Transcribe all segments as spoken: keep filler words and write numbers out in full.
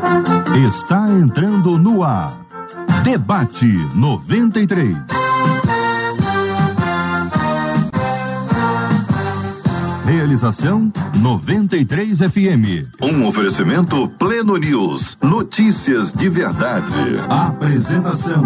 Está entrando no ar. Debate noventa e três. Realização noventa e três F M. Um oferecimento Pleno News. Notícias de verdade. Apresentação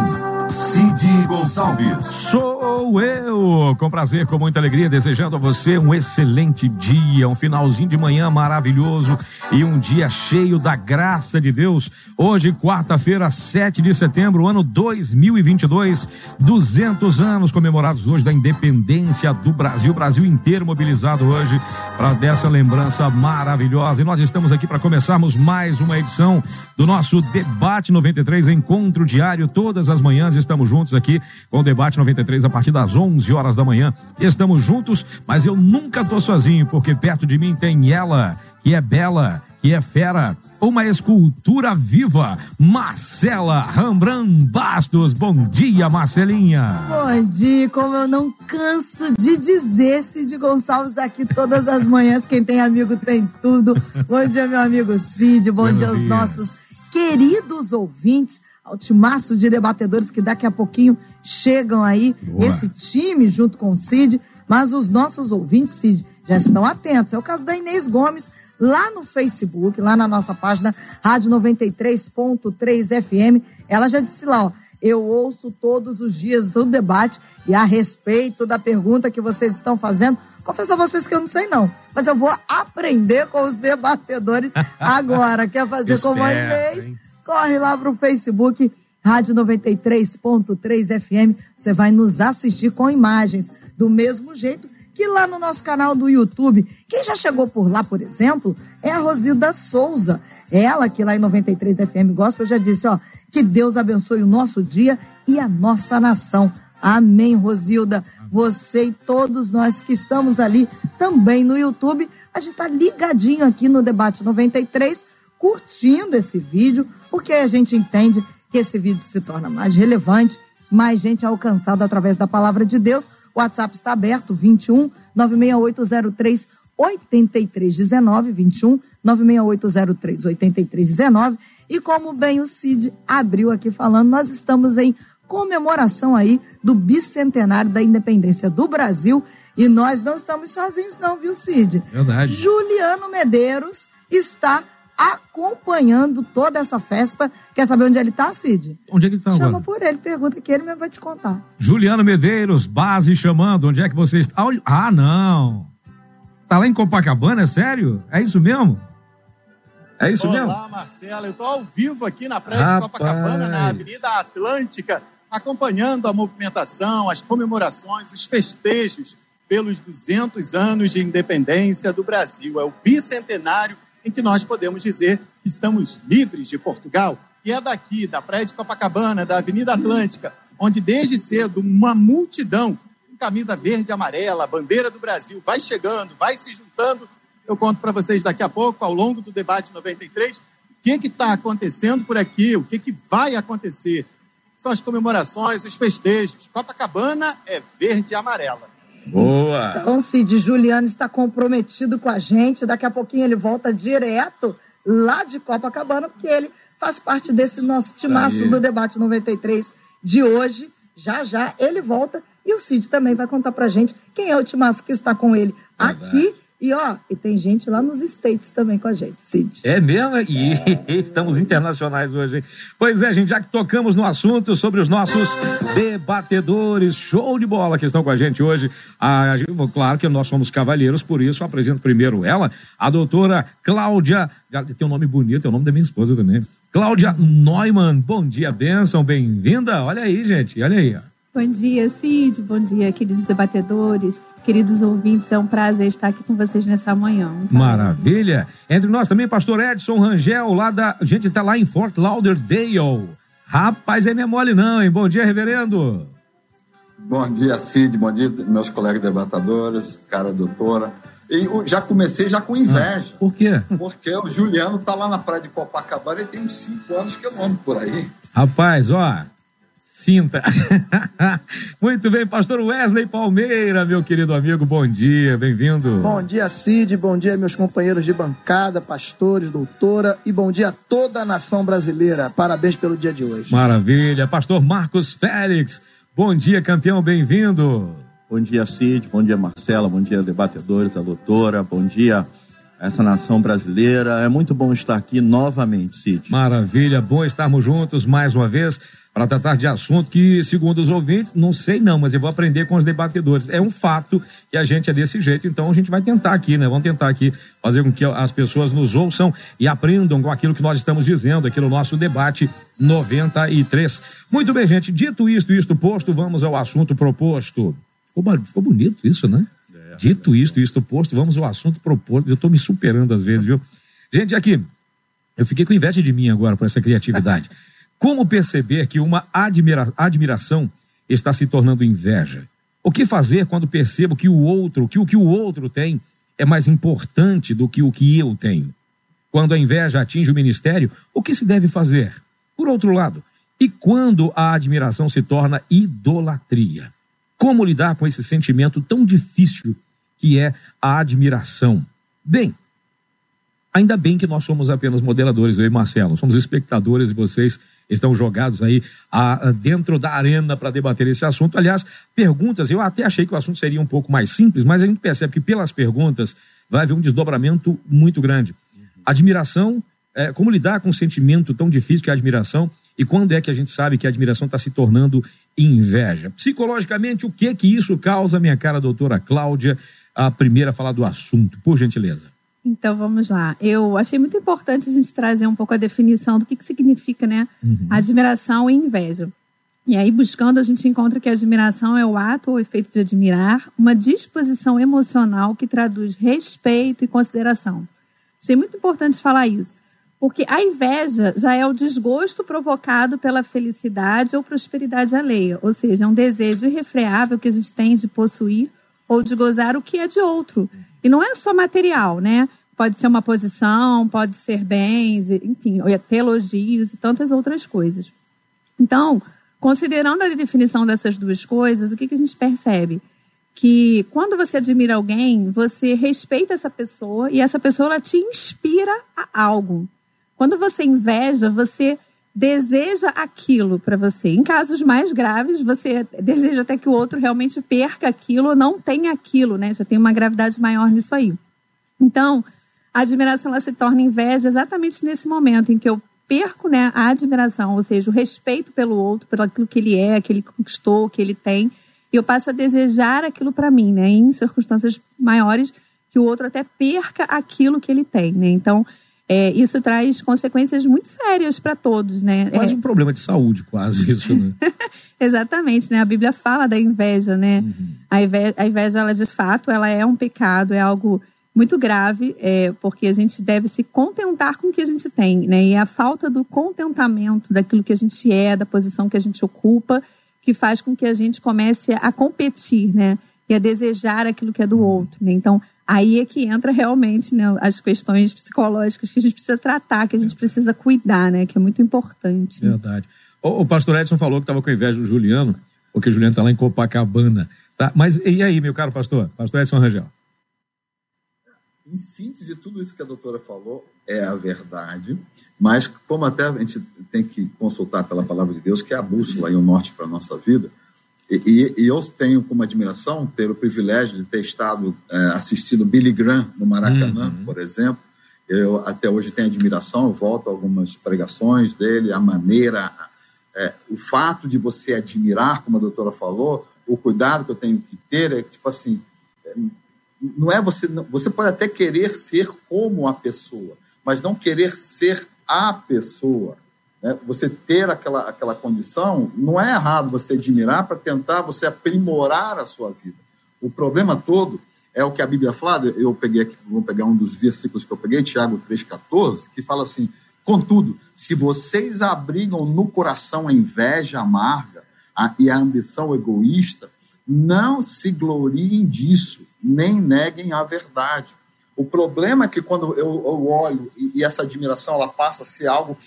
Cid Gonçalves. Sou eu, com prazer, com muita alegria, desejando a você um excelente dia, um finalzinho de manhã maravilhoso e um dia cheio da graça de Deus. Hoje, quarta-feira, sete de setembro, ano dois mil e vinte e dois, duzentos anos comemorados hoje da independência do Brasil, Brasil inteiro mobilizado hoje para dessa lembrança maravilhosa. E nós estamos aqui para começarmos mais uma edição do nosso Debate noventa e três, encontro diário, todas as manhãs. Estamos juntos aqui com o Debate noventa e três a partir das onze horas da manhã. Estamos juntos, mas eu nunca tô sozinho, porque perto de mim tem ela, que é bela, que é fera, uma escultura viva, Marcela Rambran Bastos. Bom dia, Marcelinha. Bom dia, como eu não canso de dizer, Cid Gonçalves aqui todas as manhãs, quem tem amigo tem tudo. Bom dia, meu amigo Cid, bom, bom dia aos nossos queridos ouvintes, ao timaço de debatedores que daqui a pouquinho chegam aí, boa, esse time junto com o Cid, mas os nossos ouvintes, Cid, já estão atentos. É o caso da Inês Gomes, lá no Facebook, lá na nossa página Rádio noventa e três ponto três F M, ela já disse lá, ó, eu ouço todos os dias o debate e a respeito da pergunta que vocês estão fazendo, confesso a vocês que eu não sei não, mas eu vou aprender com os debatedores agora. Quer fazer Espera, como a Inês? Hein? Corre lá pro Facebook, Rádio noventa e três ponto três F M, você vai nos assistir com imagens, do mesmo jeito que lá no nosso canal do YouTube. Quem já chegou por lá, por exemplo, é a Rosilda Souza. Ela que lá em noventa e três F M Gospel já disse, ó, que Deus abençoe o nosso dia e a nossa nação. Amém, Rosilda. Você e todos nós que estamos ali também no YouTube, a gente tá ligadinho aqui no Debate noventa e três, curtindo esse vídeo, porque a gente entende que esse vídeo se torna mais relevante, mais gente alcançada através da palavra de Deus. O WhatsApp está aberto, vinte e um, nove seis oito zero três, oito três um nove, vinte e um, nove seis oito zero três, oito três um nove. E como bem o Cid abriu aqui falando, nós estamos em comemoração aí do bicentenário da independência do Brasil, e nós não estamos sozinhos não, viu, Cid? Verdade. Juliano Medeiros está acompanhando toda essa festa. Quer saber onde ele tá, Cid? Onde é que ele tá? Chama agora? por ele, pergunta que ele mesmo vai te contar. Juliano Medeiros, base chamando, onde é que você está? Ah, não. Tá lá em Copacabana, é sério? É isso mesmo? É isso Olá, mesmo? Olá, Marcela, eu tô ao vivo aqui na praia Rapaz. de Copacabana, na Avenida Atlântica, acompanhando a movimentação, as comemorações, os festejos pelos duzentos anos de independência do Brasil. É o bicentenário em que nós podemos dizer que estamos livres de Portugal. E é daqui, da praia de Copacabana, da Avenida Atlântica, onde desde cedo uma multidão com camisa verde e amarela, bandeira do Brasil, vai chegando, vai se juntando. Eu conto para vocês daqui a pouco, ao longo do Debate noventa e três, o que que está acontecendo por aqui, o que que vai acontecer. São as comemorações, os festejos. Copacabana é verde e amarela. Boa! Então, Cid, Juliano está comprometido com a gente. Daqui a pouquinho ele volta direto lá de Copacabana, porque ele faz parte desse nosso timaço do Debate noventa e três de hoje. Já, já ele volta. E o Cid também vai contar pra gente quem é o timaço que está com ele aqui. E, ó, e tem gente lá nos States também com a gente, Cid. É mesmo? E é. Estamos internacionais hoje, hein? Pois é, gente, já que tocamos no assunto sobre os nossos debatedores, show de bola que estão com a gente hoje. Ah, claro que nós somos cavalheiros, por isso eu apresento primeiro ela, a doutora Cláudia, tem um nome bonito, é o nome da minha esposa também, Cláudia Neumann. Bom dia, bênção, bem-vinda. Olha aí, gente, olha aí, ó. Bom dia, Cid. Bom dia, queridos debatedores, queridos ouvintes. É um prazer estar aqui com vocês nessa manhã. Um Maravilha. Entre nós também, pastor Edson Rangel, lá da... A gente tá lá em Fort Lauderdale. Rapaz, é nem mole não, hein? Bom dia, reverendo. Bom dia, Cid. Bom dia, meus colegas debatedores, cara doutora. E eu já comecei já com inveja. Ah, por quê? Porque o Juliano tá lá na praia de Copacabana e tem uns cinco anos que eu ando por aí. Rapaz, ó... Sinta. Muito bem, pastor Wesley Palmeira, meu querido amigo, bom dia, bem-vindo. Bom dia, Cid, bom dia, meus companheiros de bancada, pastores, doutora, e bom dia a toda a nação brasileira. Parabéns pelo dia de hoje. Maravilha. Pastor Marcos Félix, bom dia, campeão, bem-vindo. Bom dia, Cid, bom dia, Marcela, bom dia, debatedores, a doutora, bom dia a essa nação brasileira. É muito bom estar aqui novamente, Cid. Maravilha, bom estarmos juntos mais uma vez para tratar de assunto que, segundo os ouvintes, não sei não, mas eu vou aprender com os debatedores. É um fato que a gente é desse jeito, então a gente vai tentar aqui, né? Vamos tentar aqui fazer com que as pessoas nos ouçam e aprendam com aquilo que nós estamos dizendo aqui no nosso debate noventa e três. Muito bem, gente, dito isto, isto posto, vamos ao assunto proposto. Ficou, ficou bonito isso, né? É, dito é, isto, isto posto, vamos ao assunto proposto. Eu tô me superando às vezes, viu? Gente, aqui, eu fiquei com inveja de mim agora por essa criatividade. Como perceber que uma admira, admiração está se tornando inveja? O que fazer quando percebo que o outro, que o que o outro tem é mais importante do que o que eu tenho? Quando a inveja atinge o ministério, o que se deve fazer? Por outro lado, e quando a admiração se torna idolatria? Como lidar com esse sentimento tão difícil que é a admiração? Bem, ainda bem que nós somos apenas modeladores, eu e Marcelo, somos espectadores e vocês estão jogados aí a, a dentro da arena para debater esse assunto. Aliás, perguntas, eu até achei que o assunto seria um pouco mais simples, mas a gente percebe que pelas perguntas vai haver um desdobramento muito grande. Admiração, é, como lidar com um sentimento tão difícil que é a admiração, e quando é que a gente sabe que a admiração está se tornando inveja? Psicologicamente, o que que isso causa, minha cara doutora Cláudia, a primeira a falar do assunto, por gentileza? Então, vamos lá. Eu achei muito importante a gente trazer um pouco a definição do que, que significa, né? Uhum. Admiração e inveja. E aí, buscando, a gente encontra que a admiração é o ato ou efeito de admirar, uma disposição emocional que traduz respeito e consideração. Achei muito importante falar isso, porque a inveja já é o desgosto provocado pela felicidade ou prosperidade alheia, ou seja, é um desejo irrefreável que a gente tem de possuir ou de gozar o que é de outro. E não é só material, né? Pode ser uma posição, pode ser bens, enfim, até elogios e tantas outras coisas. Então, considerando a definição dessas duas coisas, o que, que a gente percebe? Que quando você admira alguém, você respeita essa pessoa e essa pessoa ela te inspira a algo. Quando você inveja, você deseja aquilo para você. Em casos mais graves, você deseja até que o outro realmente perca aquilo ou não tenha aquilo, né? Já tem uma gravidade maior nisso aí. Então, a admiração ela se torna inveja exatamente nesse momento em que eu perco, né, a admiração, ou seja, o respeito pelo outro, pelo aquilo que ele é, que ele conquistou, que ele tem, e eu passo a desejar aquilo para mim, né? Em circunstâncias maiores, que o outro até perca aquilo que ele tem, né? Então, É, isso traz consequências muito sérias para todos, né? Quase é... um problema de saúde, quase isso, né? Exatamente, né? A Bíblia fala da inveja, né? Uhum. A inveja, a inveja, ela de fato, ela é um pecado, é algo muito grave, é, porque a gente deve se contentar com o que a gente tem, né? E a falta do contentamento daquilo que a gente é, da posição que a gente ocupa, que faz com que a gente comece a competir, né? E a desejar aquilo que é do outro, né? Então, aí é que entra realmente, né, as questões psicológicas que a gente precisa tratar, que a gente precisa cuidar, né, que é muito importante. Verdade. O, o pastor Edson falou que estava com inveja do Juliano, porque o Juliano está lá em Copacabana. Tá? Mas e aí, meu caro pastor? Pastor Edson Rangel. Em síntese, tudo isso que a doutora falou é a verdade, mas como até a gente tem que consultar pela palavra de Deus, que é a bússola e o norte para a nossa vida, E, e eu tenho como admiração ter o privilégio de ter estado é, assistindo Billy Graham no Maracanã, uhum. por exemplo. Eu até hoje tenho admiração, eu volto a algumas pregações dele, a maneira, é, o fato de você admirar, como a doutora falou, o cuidado que eu tenho que ter é tipo assim, é, não é você, você pode até querer ser como a pessoa, mas não querer ser a pessoa. Né? Você ter aquela, aquela condição, não é errado você admirar para tentar você aprimorar a sua vida. O problema todo é o que a Bíblia fala, eu peguei aqui, vou pegar um dos versículos que eu peguei, Tiago três, catorze, que fala assim, contudo, se vocês abrigam no coração a inveja amarga a, e a ambição egoísta, não se gloriem disso, nem neguem a verdade. O problema é que quando eu, eu olho e, e essa admiração ela passa a ser algo que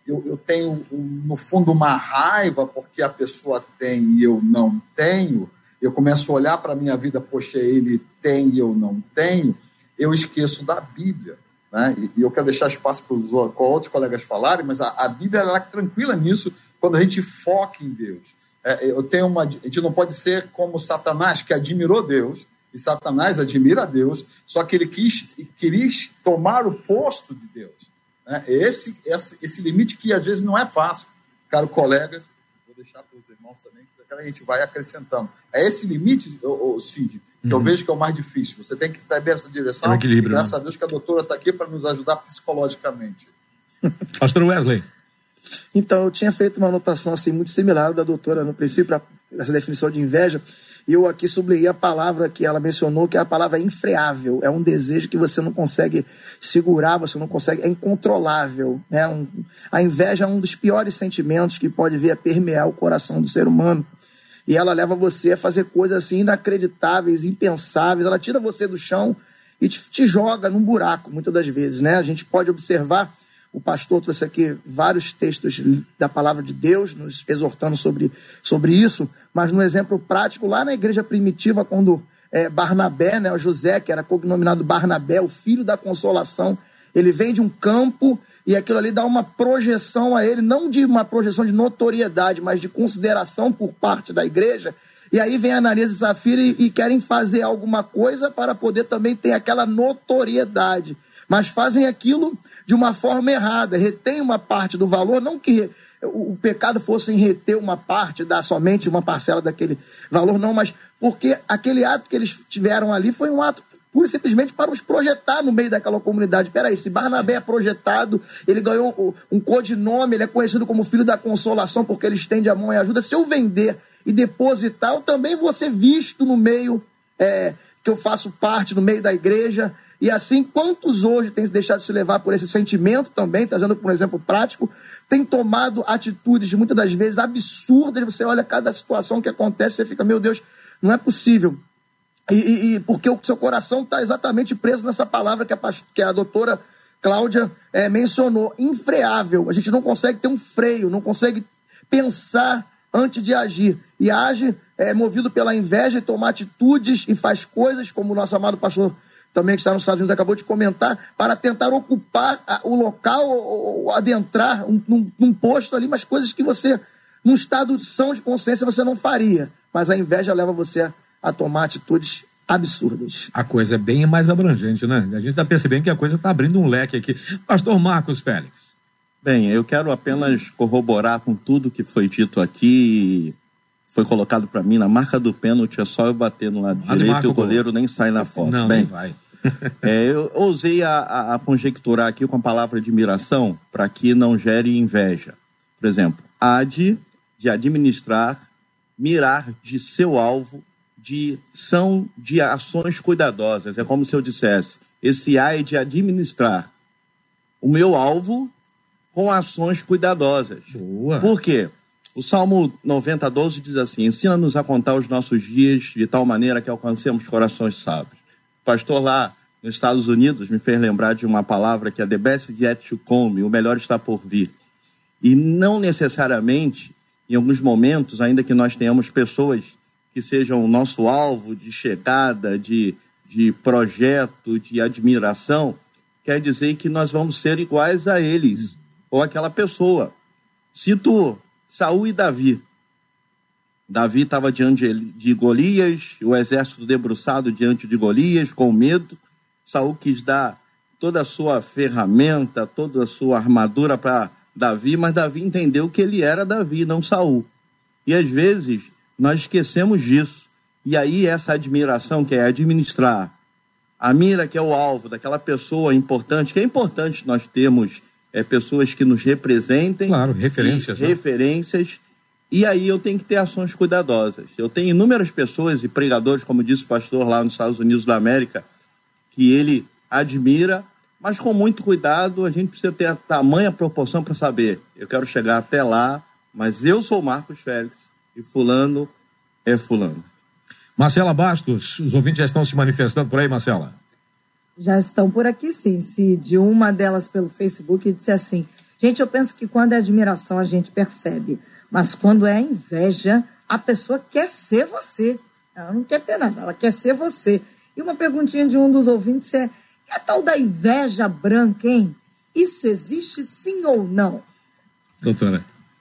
eu, eu tenho, no fundo, uma raiva porque a pessoa tem e eu não tenho, eu começo a olhar para a minha vida, poxa, ele tem e eu não tenho, eu esqueço da Bíblia. Né? E, e eu quero deixar espaço para os outros colegas falarem, mas a, a Bíblia ela é tranquila nisso quando a gente foca em Deus. É, eu tenho uma, a gente não pode ser como Satanás, que admirou Deus, e Satanás admira a Deus, só que ele quis, quis tomar o posto de Deus. Né? Esse, esse, esse limite que às vezes não é fácil. Caro colegas, vou deixar para os irmãos também, que a gente vai acrescentando. É esse limite, ô, ô, Cid, que uhum. eu vejo que é o mais difícil. Você tem que saber essa direção, é um equilíbrio, e graças né? a Deus que a doutora está aqui para nos ajudar psicologicamente. Pastor Wesley. Então, eu tinha feito uma anotação assim, muito similar da doutora no princípio, essa definição de inveja, e eu aqui sublinhei a palavra que ela mencionou, que é a palavra infreável. É um desejo que você não consegue segurar, você não consegue, é incontrolável. Né? Um, a inveja é um dos piores sentimentos que pode vir a permear o coração do ser humano. E ela leva você a fazer coisas assim inacreditáveis, impensáveis. Ela tira você do chão e te, te joga num buraco, muitas das vezes. Né? A gente pode observar, o pastor trouxe aqui vários textos da palavra de Deus, nos exortando sobre, sobre isso, mas no exemplo prático, lá na igreja primitiva, quando é, Barnabé, né, o José, que era cognominado Barnabé, o filho da consolação, ele vem de um campo e aquilo ali dá uma projeção a ele, não de uma projeção de notoriedade, mas de consideração por parte da igreja. E aí vem Ananias e Safira e, e querem fazer alguma coisa para poder também ter aquela notoriedade. Mas fazem aquilo de uma forma errada, retém uma parte do valor, não que o pecado fosse em reter uma parte, dar somente uma parcela daquele valor, não, mas porque aquele ato que eles tiveram ali foi um ato pura e simplesmente para os projetar no meio daquela comunidade. Peraí, se Barnabé é projetado, ele ganhou um codinome, ele é conhecido como filho da consolação porque ele estende a mão e ajuda, se eu vender e depositar, eu também vou ser visto no meio, é, que eu faço parte, no meio da igreja. E assim, quantos hoje têm deixado de se levar por esse sentimento também, trazendo por um exemplo prático, têm tomado atitudes muitas das vezes absurdas. Você olha cada situação que acontece, você fica, meu Deus, não é possível. E, e, e porque o seu coração está exatamente preso nessa palavra que a, que a doutora Cláudia é, mencionou, infreável. A gente não consegue ter um freio, não consegue pensar antes de agir. E age é, movido pela inveja e tomar atitudes e faz coisas, como o nosso amado pastor também que está nos Estados Unidos acabou de comentar, para tentar ocupar o local ou, ou adentrar um, num, num posto ali, mas coisas que você, num estado de sã de consciência, você não faria. Mas a inveja leva você a, a tomar atitudes absurdas. A coisa é bem mais abrangente, né? A gente está percebendo que a coisa está abrindo um leque aqui. Pastor Marcos Félix. Bem, eu quero apenas corroborar com tudo que foi dito aqui. Foi colocado para mim na marca do pênalti, é só eu bater no lado Ali direito e o goleiro nem sai na foto. Não, Bem, nem vai. é, eu ousei a, a, a conjecturar aqui com a palavra admiração para que não gere inveja. Por exemplo, ad de administrar, mirar de seu alvo, de são de ações cuidadosas. É como se eu dissesse, esse A é de administrar o meu alvo com ações cuidadosas. Boa. Por quê? O Salmo noventa, doze diz assim, ensina-nos a contar os nossos dias de tal maneira que alcancemos corações sábios. O pastor lá nos Estados Unidos me fez lembrar de uma palavra que é the best yet to come, o melhor está por vir. E não necessariamente, em alguns momentos, ainda que nós tenhamos pessoas que sejam o nosso alvo de chegada, de, de projeto, de admiração, quer dizer que nós vamos ser iguais a eles, ou aquela pessoa. Cito Saul e Davi. Davi estava diante de Golias, o exército debruçado diante de Golias, com medo. Saul quis dar toda a sua ferramenta, toda a sua armadura para Davi, mas Davi entendeu que ele era Davi, não Saul. E às vezes nós esquecemos disso. E aí essa admiração que é administrar, a mira que é o alvo daquela pessoa importante, que é importante nós termos é, pessoas que nos representem. Claro, referências. E, né? Referências. E aí eu tenho que ter ações cuidadosas. Eu tenho inúmeras pessoas e pregadores, como disse o pastor lá nos Estados Unidos da América, que ele admira, mas com muito cuidado, a gente precisa ter a tamanha proporção para saber, eu quero chegar até lá, mas eu sou Marcos Félix e fulano é fulano. Marcela Bastos, os ouvintes já estão se manifestando por aí, Marcela? Já estão por aqui, sim, Cid. Uma delas pelo Facebook disse assim, Gente, eu penso que quando é admiração a gente percebe, mas quando é inveja, a pessoa quer ser você. Ela não quer ter nada, ela quer ser você. E uma perguntinha de um dos ouvintes é, e a tal da inveja branca, hein? Isso existe sim ou não? Doutora.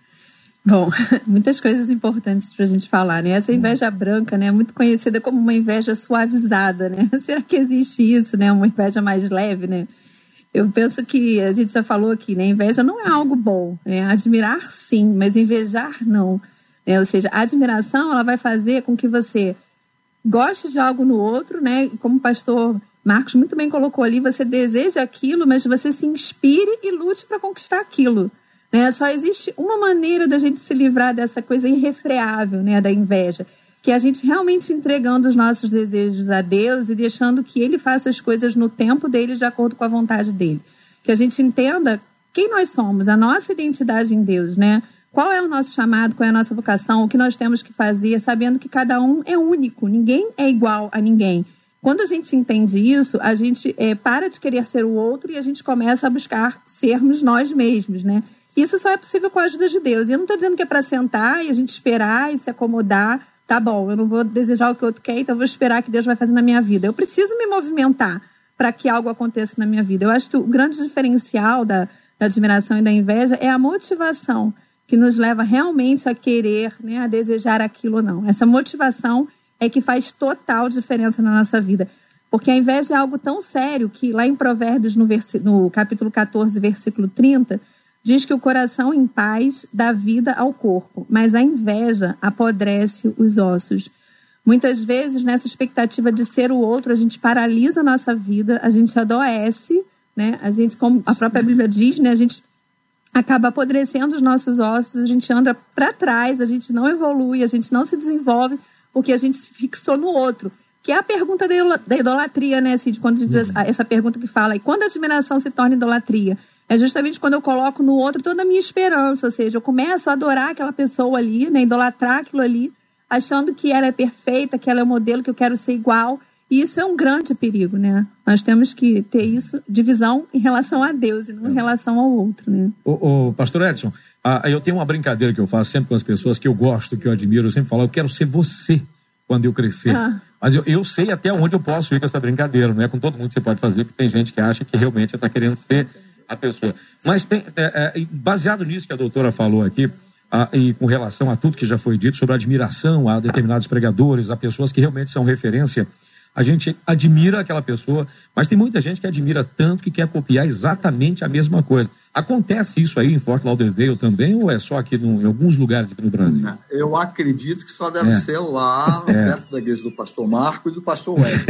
Bom, muitas coisas importantes para a gente falar, né? Essa inveja branca, né, é muito conhecida como uma inveja suavizada, né? Será que existe isso, né? Uma inveja mais leve, né? Eu penso que, a gente já falou aqui, né? Inveja não é algo bom, né? Admirar sim, mas invejar não. Né? Ou seja, a admiração, ela vai fazer com que você goste de algo no outro, né? Como o pastor Marcos muito bem colocou ali, você deseja aquilo, mas você se inspire e lute para conquistar aquilo. Né? Só existe uma maneira da gente se livrar dessa coisa irrefreável, né, da inveja, que é a gente realmente entregando os nossos desejos a Deus e deixando que Ele faça as coisas no tempo dele, de acordo com a vontade dele. Que a gente entenda quem nós somos, a nossa identidade em Deus, né? Qual é o nosso chamado, qual é a nossa vocação, o que nós temos que fazer, sabendo que cada um é único, ninguém é igual a ninguém. Quando a gente entende isso, a gente é, para de querer ser o outro e a gente começa a buscar sermos nós mesmos, né? Isso só é possível com a ajuda de Deus. E eu não estou dizendo que é para sentar e a gente esperar e se acomodar. Tá bom, eu não vou desejar o que o outro quer, então eu vou esperar que Deus vai fazer na minha vida. Eu preciso me movimentar para que algo aconteça na minha vida. Eu acho que o grande diferencial da, da admiração e da inveja é a motivação que nos leva realmente a querer, né, a desejar aquilo ou não. Essa motivação é que faz total diferença na nossa vida. Porque a inveja é algo tão sério que lá em Provérbios, no, vers... no capítulo catorze, versículo trinta... diz que o coração em paz dá vida ao corpo, mas a inveja apodrece os ossos. Muitas vezes, nessa expectativa de ser o outro, a gente paralisa a nossa vida, a gente adoece, né? A gente, como a própria Bíblia diz, né? A gente acaba apodrecendo os nossos ossos, a gente anda para trás, a gente não evolui, a gente não se desenvolve, porque a gente se fixou no outro. Que é a pergunta da idolatria, né, Cid? Quando diz essa pergunta que fala, e quando a admiração se torna idolatria? É justamente quando eu coloco no outro toda a minha esperança, ou seja, eu começo a adorar aquela pessoa ali, né, idolatrar aquilo ali, achando que ela é perfeita, que ela é o modelo, que eu quero ser igual. E isso é um grande perigo, né? Nós temos que ter isso, divisão em relação a Deus e não em relação ao outro, né? Ô, ô, pastor Edson, ah, eu tenho uma brincadeira que eu faço sempre com as pessoas que eu gosto, que eu admiro, eu sempre falo, eu quero ser você quando eu crescer. Ah. Mas eu, eu sei até onde eu posso ir com essa brincadeira, não é com todo mundo que você pode fazer, porque tem gente que acha que realmente você está querendo ser a pessoa. Mas tem, é, é, baseado nisso que a doutora falou aqui, a, e com relação a tudo que já foi dito sobre a admiração a determinados pregadores, a pessoas que realmente são referência, a gente admira aquela pessoa, mas tem muita gente que admira tanto que quer copiar exatamente a mesma coisa. Acontece isso aí em Fort Lauderdale também, ou é só aqui no, em alguns lugares aqui no Brasil? Eu acredito que só deve é. ser lá, é. perto da igreja do pastor Marco e do pastor Wesley.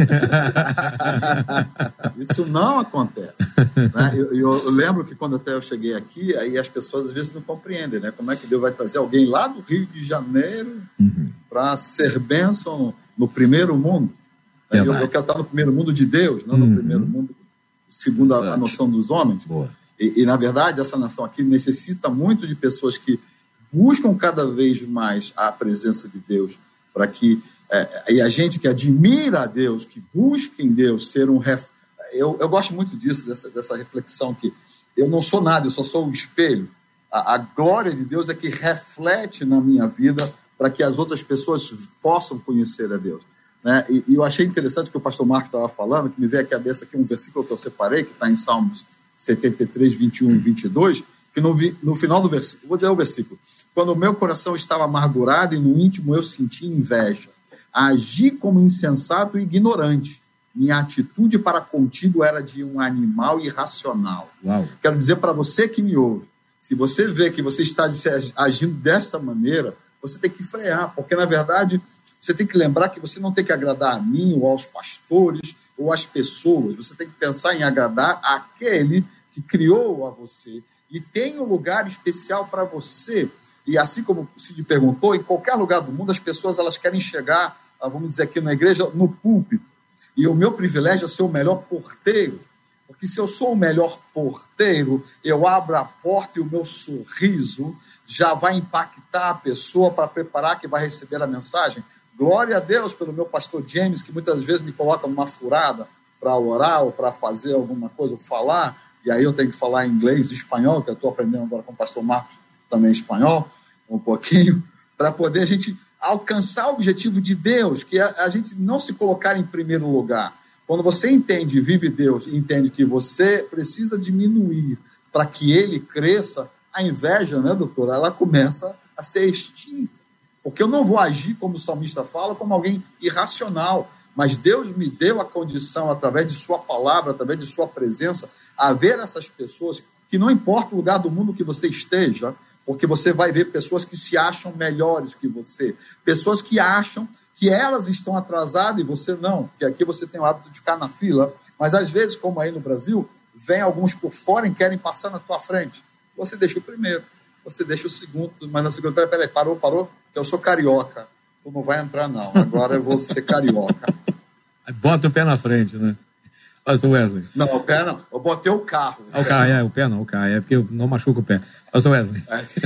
Isso não acontece. Né? Eu, eu, eu lembro que quando até eu cheguei aqui, aí as pessoas às vezes não compreendem, né? Como é que Deus vai trazer alguém lá do Rio de Janeiro uhum. para ser bênção no primeiro mundo. É eu, eu quero estar no primeiro mundo de Deus, não uhum. no primeiro mundo segundo a, a noção dos homens. Boa. E, e, na verdade, essa nação aqui necessita muito de pessoas que buscam cada vez mais a presença de Deus, para que, é, e a gente que admira a Deus, que busca em Deus ser um... Ref... Eu, eu gosto muito disso, dessa, dessa reflexão que eu não sou nada, eu só sou o espelho. A, a glória de Deus é que reflete na minha vida para que as outras pessoas possam conhecer a Deus. Né? E, e eu achei interessante o que o pastor Marcos estava falando, que me veio à cabeça aqui um versículo que eu separei, que está em Salmos setenta e três, vinte e um e vinte e dois, que no, no final do versículo, vou ler o versículo, quando o meu coração estava amargurado e no íntimo eu senti inveja, agi como insensato e ignorante, minha atitude para contigo era de um animal irracional. Uau. Quero dizer para você que me ouve, se você vê que você está agindo dessa maneira, você tem que frear, porque na verdade você tem que lembrar que você não tem que agradar a mim ou aos pastores ou às pessoas, você tem que pensar em agradar aquele que criou a você e tem um lugar especial para você. E assim como o Cid perguntou, em qualquer lugar do mundo as pessoas elas querem chegar, vamos dizer aqui na igreja, no púlpito. E o meu privilégio é ser o melhor porteiro, porque se eu sou o melhor porteiro, eu abro a porta e o meu sorriso já vai impactar a pessoa para preparar que vai receber a mensagem. Glória a Deus pelo meu pastor James, que muitas vezes me coloca numa furada para orar ou para fazer alguma coisa, ou falar, e aí eu tenho que falar inglês e espanhol, que eu estou aprendendo agora com o pastor Marcos, também espanhol, um pouquinho, para poder a gente alcançar o objetivo de Deus, que é a gente não se colocar em primeiro lugar. Quando você entende e vive Deus e entende que você precisa diminuir para que ele cresça, a inveja, né, doutora, ela começa a ser extinta. Porque eu não vou agir, como o salmista fala, como alguém irracional, mas Deus me deu a condição, através de sua palavra, através de sua presença, a ver essas pessoas, que não importa o lugar do mundo que você esteja, porque você vai ver pessoas que se acham melhores que você, pessoas que acham que elas estão atrasadas e você não, porque aqui você tem o hábito de ficar na fila, mas às vezes, como aí no Brasil, vem alguns por fora e querem passar na tua frente. Você deixa o primeiro, você deixa o segundo, mas na segunda, peraí, peraí, parou, parou, eu sou carioca, tu não vai entrar não, agora eu vou ser carioca. Bota o pé na frente, né? Pastor Wesley. Não, o pé não, eu botei o carro. O, o carro, é, o pé não, o carro, é porque eu não machuco o pé. Pastor Wesley.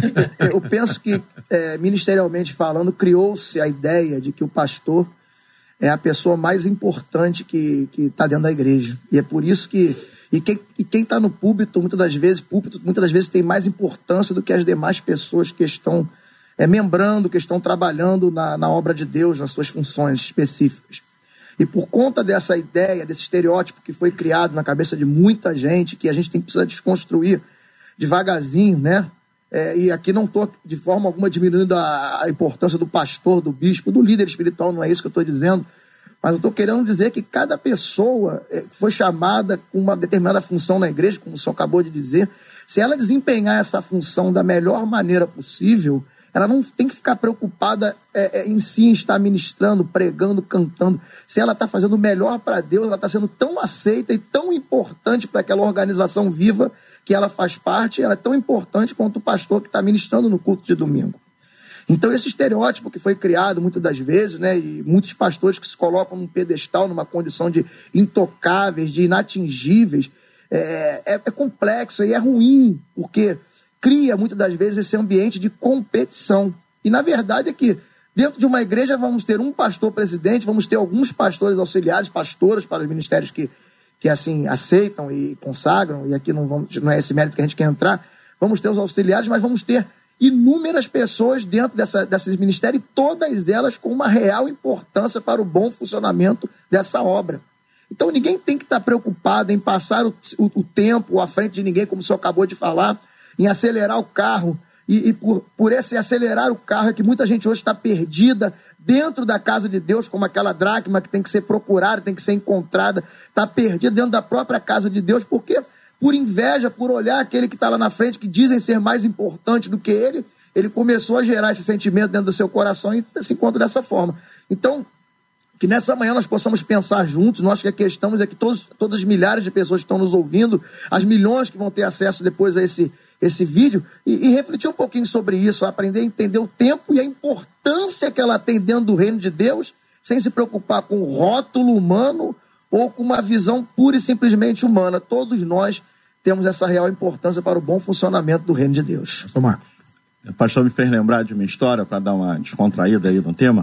Eu penso que, é, ministerialmente falando, criou-se a ideia de que o pastor é a pessoa mais importante que está dentro da igreja. E é por isso que... E quem e quem está no púlpito, muitas das vezes, púlpito, muitas das vezes tem mais importância do que as demais pessoas que estão é, membrando, que estão trabalhando na, na obra de Deus, nas suas funções específicas. E por conta dessa ideia, desse estereótipo que foi criado na cabeça de muita gente, que a gente tem que precisar desconstruir devagarzinho, né? É, e aqui não estou de forma alguma diminuindo a, a importância do pastor, do bispo, do líder espiritual, não é isso que eu estou dizendo, mas eu estou querendo dizer que cada pessoa é, foi chamada com uma determinada função na igreja, como o senhor acabou de dizer, se ela desempenhar essa função da melhor maneira possível, ela não tem que ficar preocupada é, é, em si, em estar ministrando, pregando, cantando. Se ela está fazendo o melhor para Deus, ela está sendo tão aceita e tão importante para aquela organização viva que ela faz parte, ela é tão importante quanto o pastor que está ministrando no culto de domingo. Então, esse estereótipo que foi criado muitas das vezes, né, e muitos pastores que se colocam num pedestal, numa condição de intocáveis, de inatingíveis, é, é, é complexo e é ruim, porque cria muitas das vezes esse ambiente de competição. E, na verdade, é que dentro de uma igreja vamos ter um pastor presidente, vamos ter alguns pastores auxiliares, pastoras para os ministérios que, que assim, aceitam e consagram, e aqui não, vamos, não é esse mérito que a gente quer entrar, vamos ter os auxiliares, mas vamos ter inúmeras pessoas dentro dessa, desses ministérios, e todas elas com uma real importância para o bom funcionamento dessa obra. Então, ninguém tem que estar preocupado em passar o, o, o tempo à frente de ninguém, como o senhor acabou de falar, em acelerar o carro, e, e por, por esse acelerar o carro é que muita gente hoje está perdida dentro da casa de Deus, como aquela dracma que tem que ser procurada, tem que ser encontrada, está perdida dentro da própria casa de Deus, porque por inveja, por olhar aquele que está lá na frente, que dizem ser mais importante do que ele, ele começou a gerar esse sentimento dentro do seu coração e se encontra dessa forma. Então, que nessa manhã nós possamos pensar juntos, nós que aqui estamos, é que todos, todas as milhares de pessoas que estão nos ouvindo, as milhões que vão ter acesso depois a esse, esse vídeo, e, e refletir um pouquinho sobre isso, aprender a entender o tempo e a importância que ela tem dentro do reino de Deus, sem se preocupar com o rótulo humano ou com uma visão pura e simplesmente humana. Todos nós temos essa real importância para o bom funcionamento do reino de Deus. Pastor Marcos. O pastor me fez lembrar de uma história para dar uma descontraída aí no tema.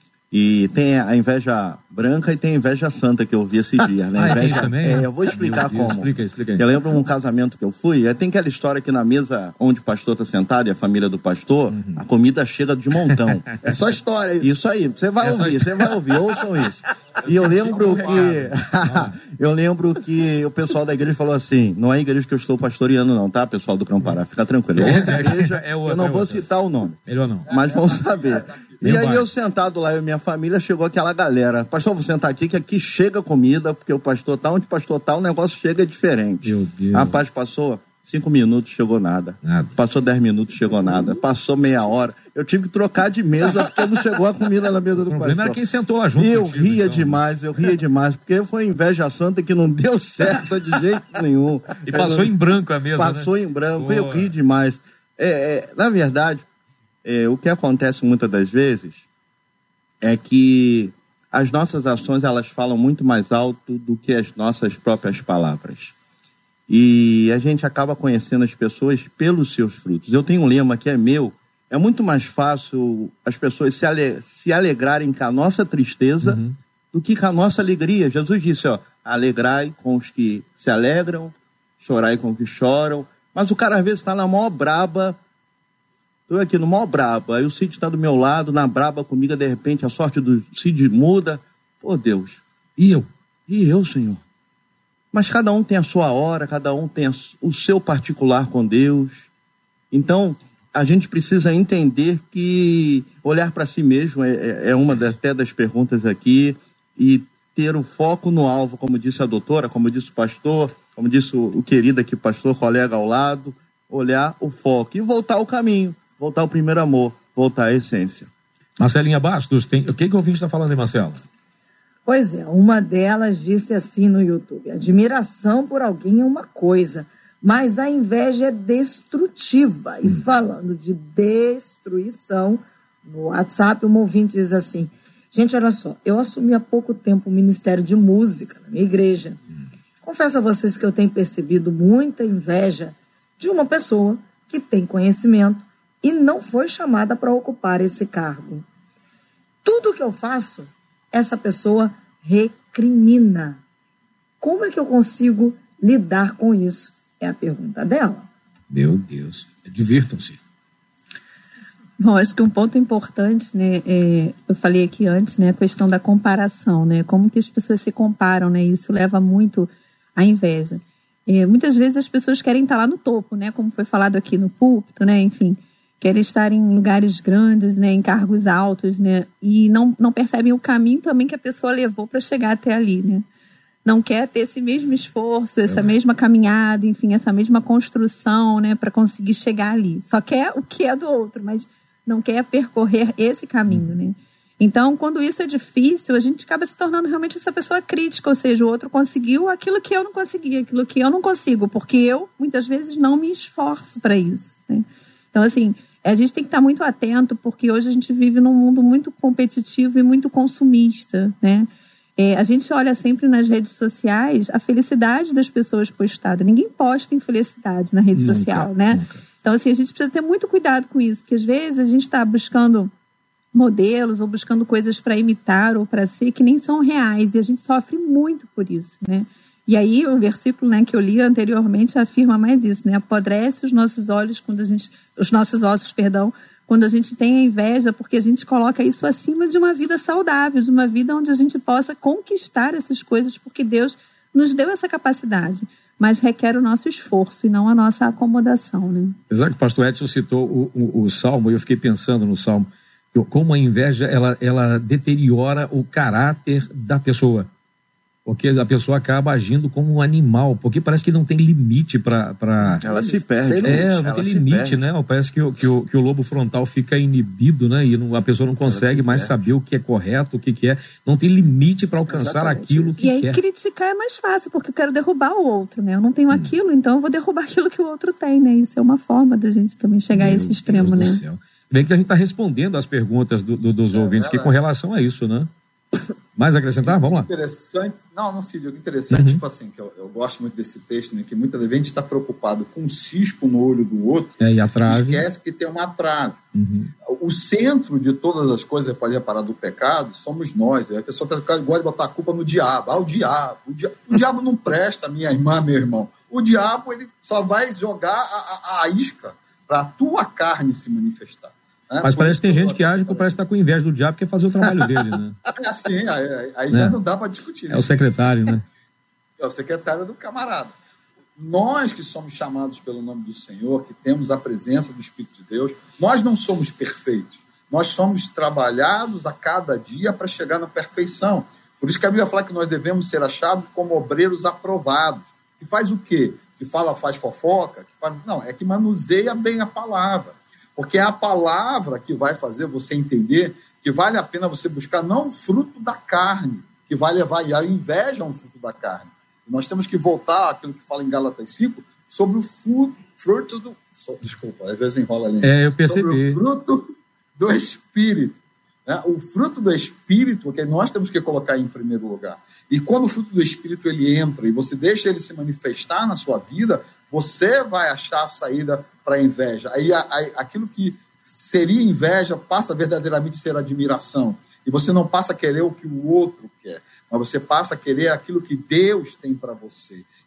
E tem a inveja branca e tem a inveja santa que eu vi esse dia. Né? Ah, inveja, é isso também? É, eu vou explicar como. Explica, explica aí. Eu lembro um casamento que eu fui, tem aquela história que na mesa onde o pastor está sentado e a família do pastor, uhum. a comida chega de montão. É só história isso. Isso aí, você vai é ouvir, você vai ouvir, ouçam isso. E eu lembro que eu lembro que o pessoal da igreja falou assim, não é a igreja que eu estou pastoreando não, tá, pessoal do Grão-Pará, fica tranquilo. É outra igreja, é outra, eu não é vou outra. citar o nome. Melhor não. Mas vão saber. E aí eu sentado lá, eu e minha família, chegou aquela galera. Pastor, vou sentar aqui, que aqui chega comida, porque o pastor tá, onde o pastor tá, o negócio chega diferente. Meu Deus. Rapaz, passou cinco minutos, chegou nada. nada. Passou dez minutos, chegou nada. Passou meia hora. Eu tive que trocar de mesa, porque não chegou a comida na mesa do pastor. O problema era quem sentou lá junto. E eu contigo, ria então. demais, eu ria demais, porque foi inveja santa que não deu certo de jeito nenhum. E passou eu, em branco a mesa, Passou né? em branco, Boa. eu ri demais. É, é, na verdade, é, o que acontece muitas das vezes é que as nossas ações, elas falam muito mais alto do que as nossas próprias palavras. E a gente acaba conhecendo as pessoas pelos seus frutos. Eu tenho um lema que é meu, é muito mais fácil as pessoas se, ale- se alegrarem com a nossa tristeza uhum. do que com a nossa alegria. Jesus disse, ó, alegrai com os que se alegram, chorar com que choram. Mas o cara às vezes está na maior braba. Estou aqui no maior braba. Aí o Cid está do meu lado, na braba comigo, de repente a sorte do Cid muda. Pô, Deus. E eu? E eu, Senhor? Mas cada um tem a sua hora, cada um tem o seu particular com Deus. Então, a gente precisa entender que olhar para si mesmo é, é uma das, até das perguntas aqui, e ter o foco no alvo, como disse a doutora, como disse o pastor, como disse o, o querido aqui, pastor, colega ao lado, olhar o foco e voltar ao caminho, voltar ao primeiro amor, voltar à essência. Marcelinha Bastos, tem... o que, que o ouvinte está falando aí, Marcelo? Pois é, uma delas disse assim no YouTube: admiração por alguém é uma coisa, mas a inveja é destrutiva. E falando de destruição, no WhatsApp, uma ouvinte diz assim: gente, olha só, eu assumi há pouco tempo o ministério de música na minha igreja. Confesso a vocês que eu tenho percebido muita inveja de uma pessoa que tem conhecimento e não foi chamada para ocupar esse cargo. Tudo que eu faço, essa pessoa recrimina. Como é que eu consigo lidar com isso? É a pergunta dela. Meu Deus, divirtam-se. Bom, acho que um ponto importante, né, é, eu falei aqui antes, né, a questão da comparação, né, como que as pessoas se comparam, né, isso leva muito à inveja. É, muitas vezes as pessoas querem estar lá no topo, né, como foi falado aqui no púlpito, né, enfim, querem estar em lugares grandes, né, em cargos altos, né, e não, não percebem o caminho também que a pessoa levou para chegar até ali, né. Não quer ter esse mesmo esforço, essa é. mesma caminhada, enfim, essa mesma construção, né, para conseguir chegar ali. Só quer o que é do outro, mas não quer percorrer esse caminho, né. Então, quando isso é difícil, a gente acaba se tornando realmente essa pessoa crítica, ou seja, o outro conseguiu aquilo que eu não consegui, aquilo que eu não consigo, porque eu, muitas vezes, não me esforço para isso, né. Então, assim, a gente tem que estar muito atento, porque hoje a gente vive num mundo muito competitivo e muito consumista, né. É, a gente olha sempre nas redes sociais a felicidade das pessoas postadas. Ninguém posta infelicidade na rede nunca, social, né? Nunca. Então, assim, a gente precisa ter muito cuidado com isso, porque às vezes a gente está buscando modelos ou buscando coisas para imitar ou para ser que nem são reais, e a gente sofre muito por isso, né? E aí o versículo, né, que eu li anteriormente afirma mais isso, né? Apodrece os nossos olhos quando a gente, os nossos ossos, perdão, quando a gente tem a inveja, porque a gente coloca isso acima de uma vida saudável, de uma vida onde a gente possa conquistar essas coisas, porque Deus nos deu essa capacidade, mas requer o nosso esforço e não a nossa acomodação, né? Apesar que o pastor Edson citou o, o, o Salmo, e eu fiquei pensando no Salmo, como a inveja, ela, ela deteriora o caráter da pessoa. Porque a pessoa acaba agindo como um animal, porque parece que não tem limite para... Pra... Ela se perde. É, não tem limite, né? Parece que, o, que, o, que o lobo frontal fica inibido, né? E não, a pessoa não consegue mais perde. saber o que é correto, o que, que é. Não tem limite para alcançar Exatamente. aquilo que quer. E aí quer. criticar é mais fácil, porque eu quero derrubar o outro, né? Eu não tenho hum. aquilo, então eu vou derrubar aquilo que o outro tem, né? Isso é uma forma da gente também chegar Meu a esse extremo, Deus né? Bem que a gente está respondendo as perguntas do, do, dos é, ouvintes que com relação a isso, né? Mais acrescentar? Vamos lá. Interessante. Não, não, Cid, interessante, uhum. tipo assim, que eu, eu gosto muito desse texto, né? Que muita vezes a gente está preocupado com um cisco no olho do outro. É, e a trave. Esquece que tem uma trave. Uhum. O centro de todas as coisas, pode reparar, do pecado, somos nós. A pessoa gosta de botar a culpa no diabo. Ah, o diabo. O, dia... o diabo não presta, minha irmã, meu irmão. O diabo, ele só vai jogar a, a, a isca para a tua carne se manifestar. É, Mas parece que tem gente que age que parece estar com inveja do diabo, que quer fazer o trabalho dele, né? É assim, aí, aí já é. não dá para discutir. Né? É o secretário, né? É o secretário do camarada. Nós que somos chamados pelo nome do Senhor, que temos a presença do Espírito de Deus, nós não somos perfeitos. Nós somos trabalhados a cada dia para chegar na perfeição. Por isso que a Bíblia fala que nós devemos ser achados como obreiros aprovados. Que faz o quê? Que fala, faz fofoca? Que faz... Não, é que manuseia bem a palavra. Porque é a palavra que vai fazer você entender que vale a pena você buscar não o fruto da carne, que vai levar, e a inveja é um fruto da carne. E nós temos que voltar àquilo que fala em Gálatas cinco, sobre o fruto, fruto do... Desculpa, às vezes enrola ali. É, eu percebi. Sobre o fruto do Espírito. Né? O fruto do Espírito, que nós temos que colocar em primeiro lugar. E quando o fruto do Espírito ele entra e você deixa ele se manifestar na sua vida, você vai achar a saída para a inveja. Aí a, a, aquilo que seria inveja passa verdadeiramente a ser admiração. E você não passa a querer o que o outro quer, mas você passa a querer aquilo que Deus tem para você.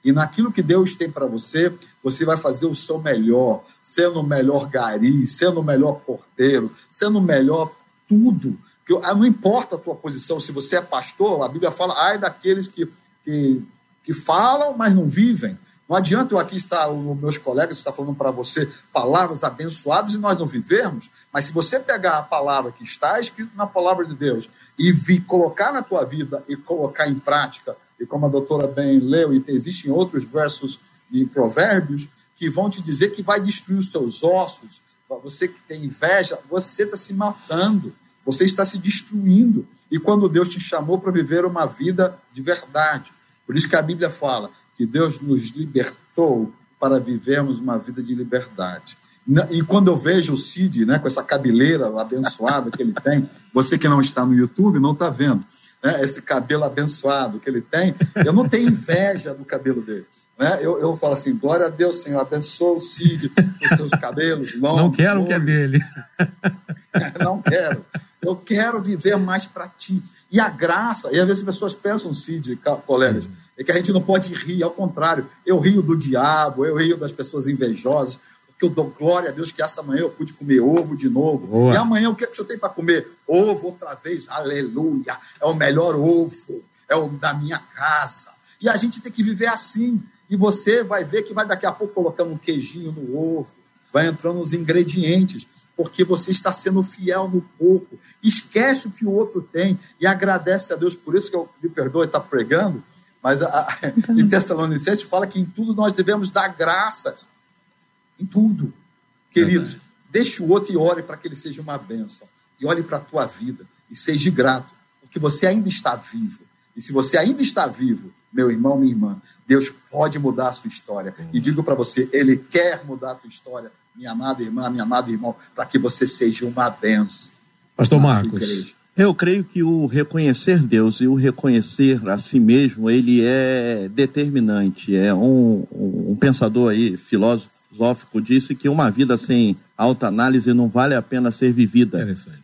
E naquilo que Deus tem para você, você vai fazer o seu melhor, sendo o melhor gari, sendo o melhor porteiro, sendo o melhor tudo. Não importa a tua posição, se você é pastor, a Bíblia fala, ai daqueles que, que, que falam, mas não vivem. Não adianta eu aqui estar, os meus colegas estão falando para você palavras abençoadas e nós não vivermos, mas se você pegar a palavra que está escrita na palavra de Deus e vi, colocar na tua vida e colocar em prática, e como a doutora bem leu, e existem outros versos de Provérbios que vão te dizer que vai destruir os teus ossos. Você que tem inveja, você está se matando, você está se destruindo. E quando Deus te chamou para viver uma vida de verdade, por isso que a Bíblia fala que Deus nos libertou para vivermos uma vida de liberdade. E quando eu vejo o Cid, né, com essa cabeleira abençoada que ele tem, você que não está no YouTube não está vendo, né, esse cabelo abençoado que ele tem, eu não tenho inveja do cabelo dele. Né? Eu, eu falo assim, glória a Deus, Senhor, abençoa o Cid com seus cabelos longos. Não quero o que é dele. Não quero. Eu quero viver mais para ti. E a graça, e às vezes as pessoas pensam, Cid, colegas, é que a gente não pode rir, ao contrário, eu rio do diabo, eu rio das pessoas invejosas, porque eu dou glória a Deus que essa manhã eu pude comer ovo de novo. Boa. E amanhã o que, é que o senhor tem para comer? Ovo outra vez, aleluia, é o melhor ovo, é o da minha casa. E a gente tem que viver assim, e você vai ver que vai daqui a pouco colocando um queijinho no ovo, vai entrando os ingredientes, porque você está sendo fiel no pouco, esquece o que o outro tem e agradece a Deus. Por isso que eu me perdoe estar pregando, mas a, a, então, em Tessalonicenses fala que em tudo nós devemos dar graças. Em tudo. Queridos, é deixe o outro e ore para que ele seja uma bênção. E olhe para a tua vida e seja grato, porque você ainda está vivo. E se você ainda está vivo, meu irmão, minha irmã, Deus pode mudar a sua história. Uhum. E digo para você, Ele quer mudar a tua história, minha amada irmã, minha amada irmão, para que você seja uma bênção. Pastor Marcos. Eu creio que o reconhecer Deus e o reconhecer a si mesmo, ele é determinante. É um, um, um pensador aí, filosófico, disse que uma vida sem autoanálise não vale a pena ser vivida. Interessante.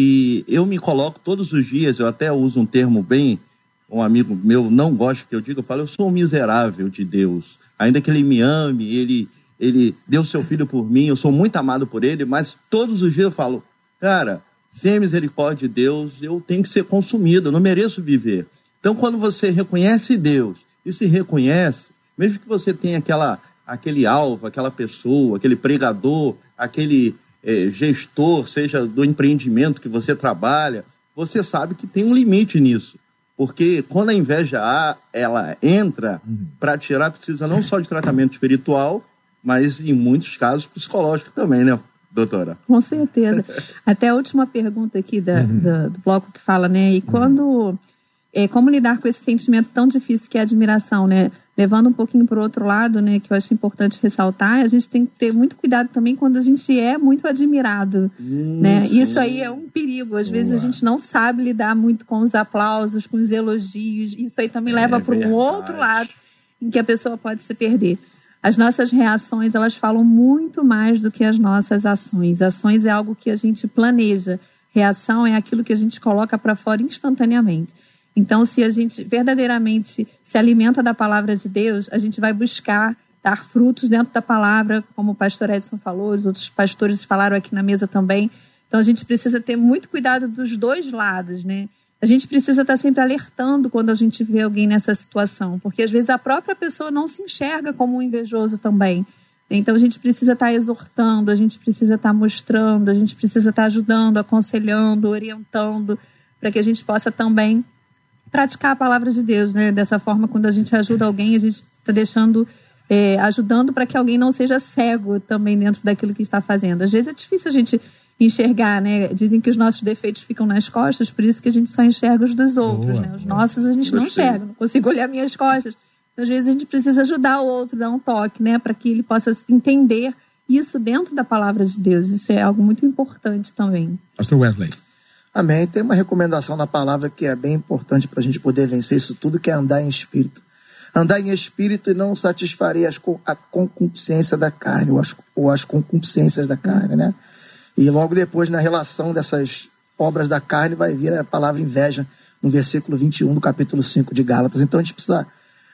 E eu me coloco todos os dias, eu até uso um termo bem, um amigo meu não gosta que eu diga, eu falo, eu sou um miserável de Deus. Ainda que ele me ame, ele, ele deu seu filho por mim, eu sou muito amado por ele, mas todos os dias eu falo, cara, sem a misericórdia de Deus, eu tenho que ser consumido, eu não mereço viver. Então, quando você reconhece Deus e se reconhece, mesmo que você tenha aquela, aquele alvo, aquela pessoa, aquele pregador, aquele é, gestor, seja do empreendimento que você trabalha, você sabe que tem um limite nisso. Porque quando a inveja ela entra, uhum. para tirar, precisa não só de tratamento espiritual, mas em muitos casos psicológico também, né, doutora? Com certeza. Até a última pergunta aqui da, uhum. da, do bloco que fala, né? E quando... É, como lidar com esse sentimento tão difícil que é a admiração, né? Levando um pouquinho para o outro lado, né? Que eu acho importante ressaltar, a gente tem que ter muito cuidado também quando a gente é muito admirado, hum, né? Sim. Isso aí é um perigo. Às Boa. vezes a gente não sabe lidar muito com os aplausos, com os elogios. Isso aí também é, leva para um outro lado em que a pessoa pode se perder. As nossas reações, elas falam muito mais do que as nossas ações. Ações é algo que a gente planeja. Reação é aquilo que a gente coloca para fora instantaneamente. Então, se a gente verdadeiramente se alimenta da palavra de Deus, a gente vai buscar dar frutos dentro da palavra, como o pastor Edson falou, os outros pastores falaram aqui na mesa também. Então, a gente precisa ter muito cuidado dos dois lados, né? A gente precisa estar sempre alertando quando a gente vê alguém nessa situação, porque às vezes a própria pessoa não se enxerga como um invejoso também. Então, a gente precisa estar exortando, a gente precisa estar mostrando, a gente precisa estar ajudando, aconselhando, orientando, para que a gente possa também praticar a palavra de Deus, né? Dessa forma, quando a gente ajuda alguém, a gente está deixando, é, ajudando para que alguém não seja cego também dentro daquilo que está fazendo. Às vezes é difícil a gente enxergar, né? Dizem que os nossos defeitos ficam nas costas, por isso que a gente só enxerga os dos outros, Boa, né? Os nossos a gente Gostei. não enxerga, não consigo olhar minhas costas. Então, às vezes a gente precisa ajudar o outro, dar um toque, né? Para que ele possa entender isso dentro da palavra de Deus. Isso é algo muito importante também. Pastor Wesley. Amém. Tem uma recomendação na palavra que é bem importante para a gente poder vencer isso tudo, que é andar em espírito. Andar em espírito e não satisfarei as, a concupiscência da carne, ou as, ou as concupiscências da carne, né? E logo depois, na relação dessas obras da carne, vai vir a palavra inveja, no versículo vinte e um do capítulo cinco de Gálatas. Então a gente precisa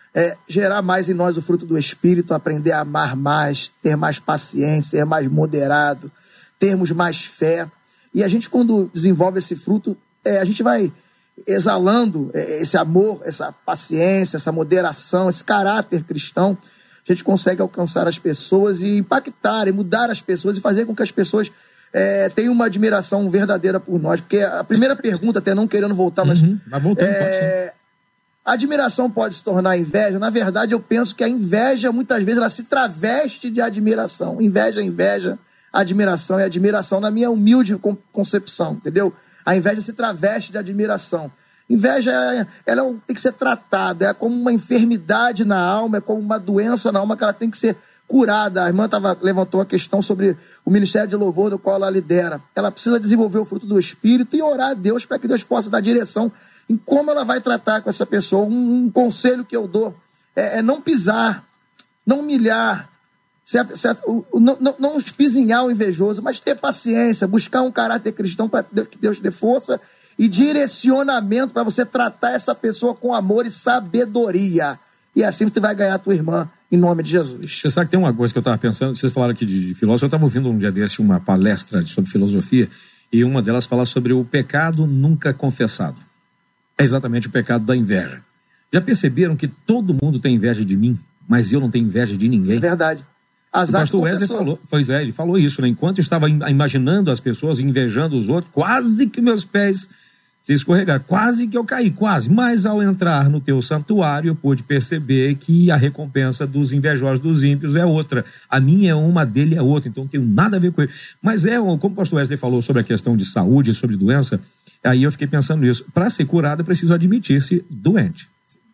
é, gerar mais em nós o fruto do Espírito, aprender a amar mais, ter mais paciência, ser mais moderado, termos mais fé. E a gente, quando desenvolve esse fruto, é, a gente vai exalando é, esse amor, essa paciência, essa moderação, esse caráter cristão. A gente consegue alcançar as pessoas e impactar, e mudar as pessoas e fazer com que as pessoas é, tenham uma admiração verdadeira por nós. Porque a primeira pergunta, até não querendo voltar, mas... Uhum, mas voltando, é, pode ser. A admiração pode se tornar inveja? Na verdade, eu penso que a inveja, muitas vezes, ela se traveste de admiração. Inveja é inveja, admiração é admiração, na minha humilde concepção, entendeu? A inveja se traveste de admiração. Inveja, ela tem que ser tratada, é como uma enfermidade na alma, é como uma doença na alma que ela tem que ser curada. A irmã tava, levantou a questão sobre o ministério de louvor do qual ela lidera. Ela precisa desenvolver o fruto do Espírito e orar a Deus para que Deus possa dar direção em como ela vai tratar com essa pessoa. Um, um conselho que eu dou é, é não pisar, não humilhar, certo, certo, não, não, não espizinhar o invejoso, mas ter paciência, buscar um caráter cristão para que Deus dê força e direcionamento para você tratar essa pessoa com amor e sabedoria. E assim você vai ganhar a tua irmã, em nome de Jesus. Você sabe que tem uma coisa que eu estava pensando, vocês falaram aqui de, de filósofo, eu estava ouvindo um dia desse uma palestra sobre filosofia, e uma delas fala sobre o pecado nunca confessado. É exatamente o pecado da inveja. Já perceberam que todo mundo tem inveja de mim, mas eu não tenho inveja de ninguém? É verdade. O pastor Wesley falou, pois é, ele falou isso, né? Enquanto eu estava imaginando as pessoas, invejando os outros, quase que meus pés se escorregaram, quase que eu caí, quase. Mas ao entrar no teu santuário, eu pude perceber que a recompensa dos invejosos, dos ímpios, é outra. A minha é uma, dele é outra, então não tem nada a ver com ele. Mas é, como o pastor Wesley falou sobre a questão de saúde, sobre doença, aí eu fiquei pensando nisso. Para ser curado, é preciso admitir-se doente.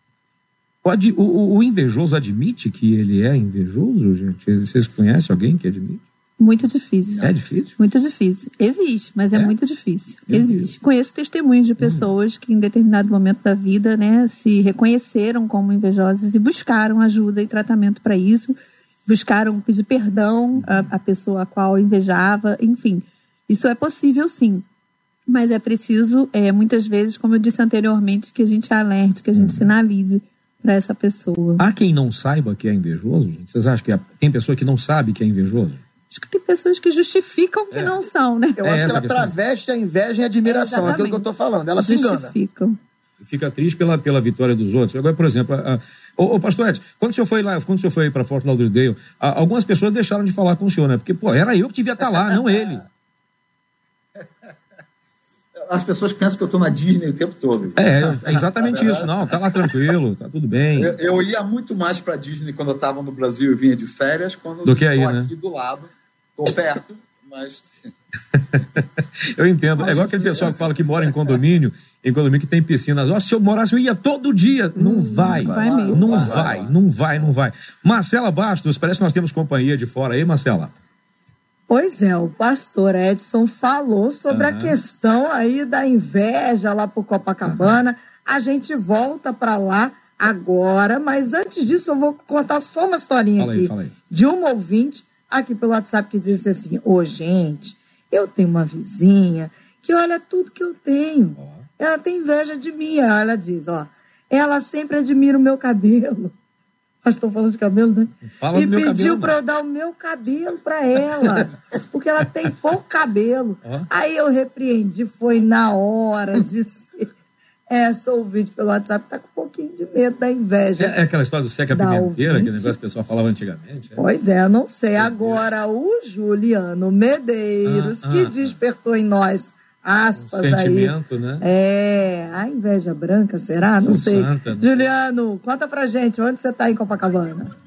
Pode, o, o invejoso admite que ele é invejoso, gente? Vocês conhecem alguém que admite? Muito difícil. É difícil? Muito difícil. Existe, mas é, é muito difícil. Existe. Existe. Conheço testemunhos de pessoas hum. que em determinado momento da vida, né, se reconheceram como invejosas e buscaram ajuda e tratamento para isso, buscaram pedir perdão à, à pessoa a qual invejava, enfim. Isso é possível, sim. Mas é preciso, é, muitas vezes, como eu disse anteriormente, que a gente alerte, que a gente hum. sinalize para essa pessoa. Há quem não saiba que é invejoso, gente? Vocês acham que tem pessoa que não sabe que é invejoso? Acho que tem pessoas que justificam que é. não são, né? Eu é acho que ela questão. traveste a inveja e a admiração, é aquilo que eu estou falando. Ela se engana. Fica triste pela, pela vitória dos outros. Agora, por exemplo, a, a, o, o pastor Edson, quando o senhor foi lá, quando o senhor foi para Fort Lauderdale, a, algumas pessoas deixaram de falar com o senhor, né? Porque, pô, era eu que devia estar lá, não ele. As pessoas pensam que eu estou na Disney o tempo todo. É, é exatamente isso. Não, tá lá tranquilo, tá tudo bem. Eu, eu ia muito mais para Disney quando eu estava no Brasil e vinha de férias, quando do que aí, estou né? aqui do lado, estou perto, mas... Eu entendo. Nossa, é igual aquele pessoal que fala que mora em condomínio, em condomínio que tem piscina. Nossa, se eu morasse, eu ia todo dia. Não vai. Não vai, mesmo. Não vai, não vai, não vai. Marcela Bastos, parece que nós temos companhia de fora aí, Marcela. Pois é, o pastor Edson falou sobre uhum. a questão aí da inveja lá por Copacabana. Uhum. A gente volta para lá agora, mas antes disso eu vou contar só uma historinha fala aqui aí, fala aí. de uma ouvinte aqui pelo WhatsApp que disse assim: ô, gente, eu tenho uma vizinha que olha tudo que eu tenho. Uhum. Ela tem inveja de mim. Ela diz, ó, ela sempre admira o meu cabelo. Nós estamos falando de cabelo, né? Fala e do meu pediu cabelo, para eu dar o meu cabelo para ela, porque ela tem pouco cabelo. Oh. Aí eu repreendi, foi na hora de ser. Essa ouvinte pelo WhatsApp está com um pouquinho de medo da inveja. É, é aquela história do Seca Pimenteira, que negócio que o pessoal falava antigamente. É? Pois é, eu não sei. Agora, o Juliano Medeiros, ah, que ah, despertou em nós aspas um sentimento, aí. Né? É, a inveja branca, será? Não, não sei. Santa, não Juliano, sei. Conta pra gente, onde você tá em Copacabana?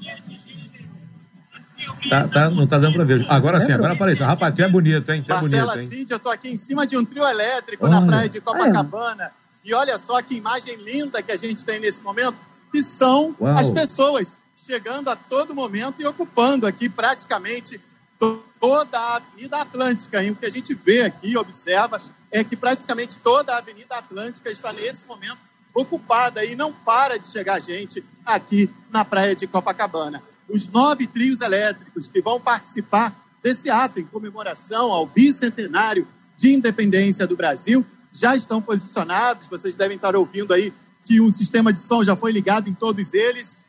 Tá, tá, não tá dando pra ver. Agora sim, agora apareceu. Rapaz, tu é bonito, hein? Tu é Marcela bonito, hein? Cid, eu tô aqui em cima de um trio elétrico olha. na praia de Copacabana. É. E olha só que imagem linda que a gente tem nesse momento, que são Uau. as pessoas chegando a todo momento e ocupando aqui praticamente toda a Avenida Atlântica. E o que a gente vê aqui, observa, é que praticamente toda a Avenida Atlântica está nesse momento ocupada e não para de chegar gente aqui na praia de Copacabana. Os nove trios elétricos que vão participar desse ato em comemoração ao bicentenário de independência do Brasil já estão posicionados. Vocês devem estar ouvindo aí que o sistema de som já foi ligado em todos eles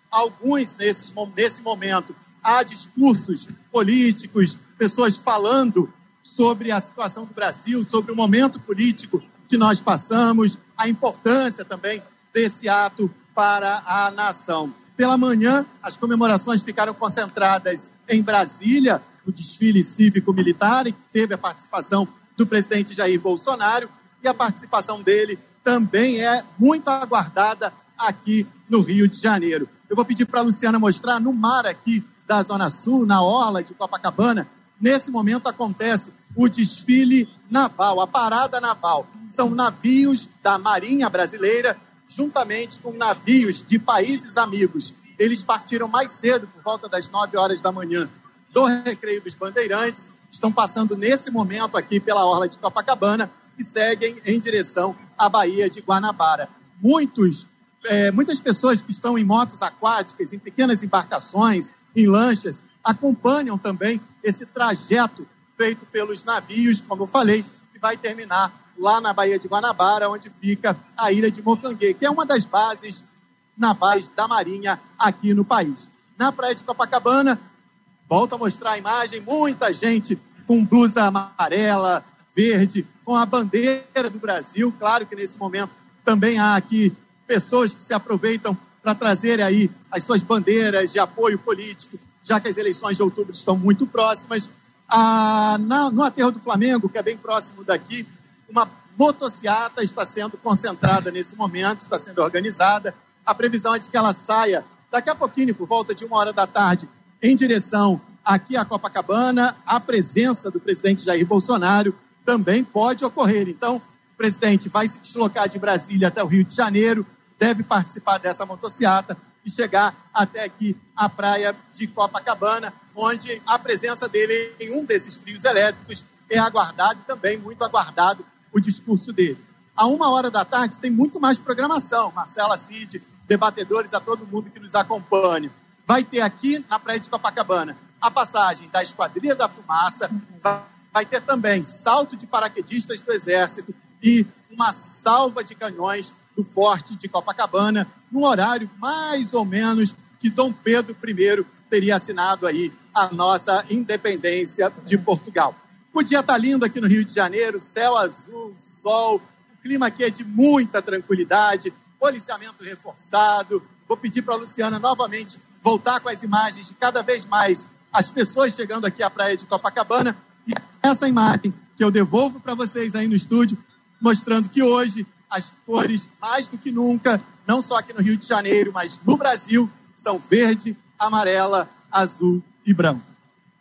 alguns nesses, nesse momento. Há discursos políticos, pessoas falando sobre a situação do Brasil, sobre o momento político que nós passamos, a importância também desse ato para a nação. Pela manhã, as comemorações ficaram concentradas em Brasília, no desfile cívico-militar, e que teve a participação do presidente Jair Bolsonaro, e a participação dele também é muito aguardada aqui no Rio de Janeiro. Eu vou pedir para a Luciana mostrar no mar aqui da Zona Sul, na orla de Copacabana. Nesse momento acontece o desfile naval, a parada naval. São navios da Marinha Brasileira, juntamente com navios de países amigos. Eles partiram mais cedo, por volta das nove horas da manhã, do Recreio dos Bandeirantes, estão passando nesse momento aqui pela orla de Copacabana e seguem em direção à Baía de Guanabara. Muitos, é, muitas pessoas que estão em motos aquáticas, em pequenas embarcações, em lanchas, acompanham também esse trajeto feito pelos navios, como eu falei, que vai terminar lá na Baía de Guanabara, onde fica a ilha de Mocanguê, que é uma das bases navais da Marinha aqui no país. Na praia de Copacabana, volto a mostrar a imagem, muita gente com blusa amarela, verde, com a bandeira do Brasil. Claro que nesse momento também há aqui pessoas que se aproveitam para trazer aí as suas bandeiras de apoio político, já que as eleições de outubro estão muito próximas. Ah, na, no aterro do Flamengo, que é bem próximo daqui, uma motociata está sendo concentrada nesse momento, está sendo organizada. A previsão é de que ela saia daqui a pouquinho, por volta de uma hora da tarde, em direção aqui a Copacabana. A presença do presidente Jair Bolsonaro também pode ocorrer. Então, o presidente vai se deslocar de Brasília até o Rio de Janeiro, deve participar dessa motociata e chegar até aqui a praia de Copacabana, onde a presença dele em um desses trios elétricos é aguardado e também muito aguardado o discurso dele. A uma hora da tarde tem muito mais programação. Marcela, Cid, debatedores, a todo mundo que nos acompanha. Vai ter aqui na praia de Copacabana a passagem da Esquadrilha da Fumaça, vai ter também salto de paraquedistas do Exército e uma salva de canhões do Forte de Copacabana, num horário mais ou menos que Dom Pedro I teria assinado aí a nossa independência de Portugal. O dia está lindo aqui no Rio de Janeiro, céu azul, sol, o clima aqui é de muita tranquilidade, policiamento reforçado. Vou pedir para a Luciana novamente voltar com as imagens de cada vez mais as pessoas chegando aqui à praia de Copacabana. E essa imagem que eu devolvo para vocês aí no estúdio, mostrando que hoje as cores, mais do que nunca, não só aqui no Rio de Janeiro, mas no Brasil, são verde, amarela, azul e branco.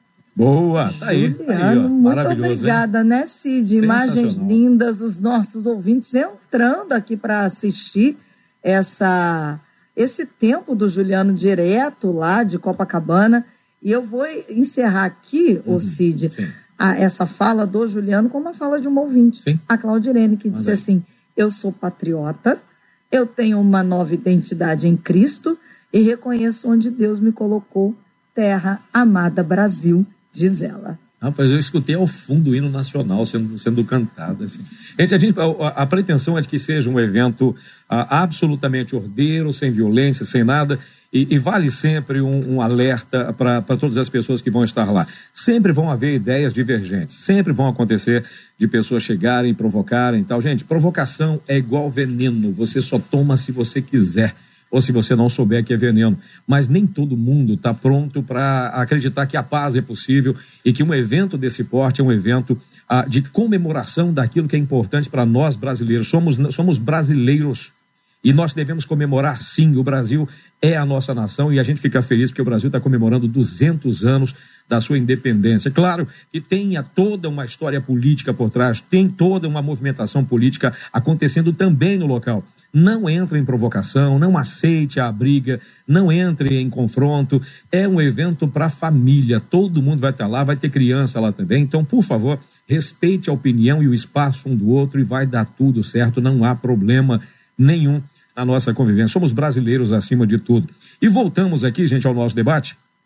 Boa, tá aí. Juliano, tá aí, ó. muito obrigada, hein? Né, Cid? Imagens lindas, os nossos ouvintes entrando aqui para assistir essa, esse tempo do Juliano direto lá de Copacabana. E eu vou encerrar aqui, uhum, ô Cid, a, essa fala do Juliano com uma fala de uma ouvinte, sim, a Claudirene, que disse assim: eu sou patriota, eu tenho uma nova identidade em Cristo e reconheço onde Deus me colocou, terra amada Brasil, diz ela. Rapaz, eu escutei ao fundo o hino nacional sendo, sendo cantado. Assim. Gente, a, gente, a, a pretensão é de que seja um evento a, absolutamente ordeiro, sem violência, sem nada, e, e vale sempre um, um alerta para todas as pessoas que vão estar lá. Sempre vão haver ideias divergentes, sempre vão acontecer de pessoas chegarem, provocarem e tal. Gente, provocação é igual veneno, você só toma se você quiser, ou se você não souber que é veneno. Mas nem todo mundo está pronto para acreditar que a paz é possível e que um evento desse porte é um evento ah, de comemoração daquilo que é importante para nós brasileiros. Somos, somos brasileiros e nós devemos comemorar, sim. O Brasil é a nossa nação e a gente fica feliz porque o Brasil está comemorando duzentos anos da sua independência. Claro que tem toda uma história política por trás, tem toda uma movimentação política acontecendo também no local. Não entre em provocação, não aceite a briga, não entre em confronto. É um evento para a família, todo mundo vai estar lá, vai ter criança lá também. Então, por favor, respeite a opinião e o espaço um do outro e vai dar tudo certo, não há problema nenhum na nossa convivência. Somos brasileiros acima de tudo. E voltamos aqui, gente, ao nosso debate.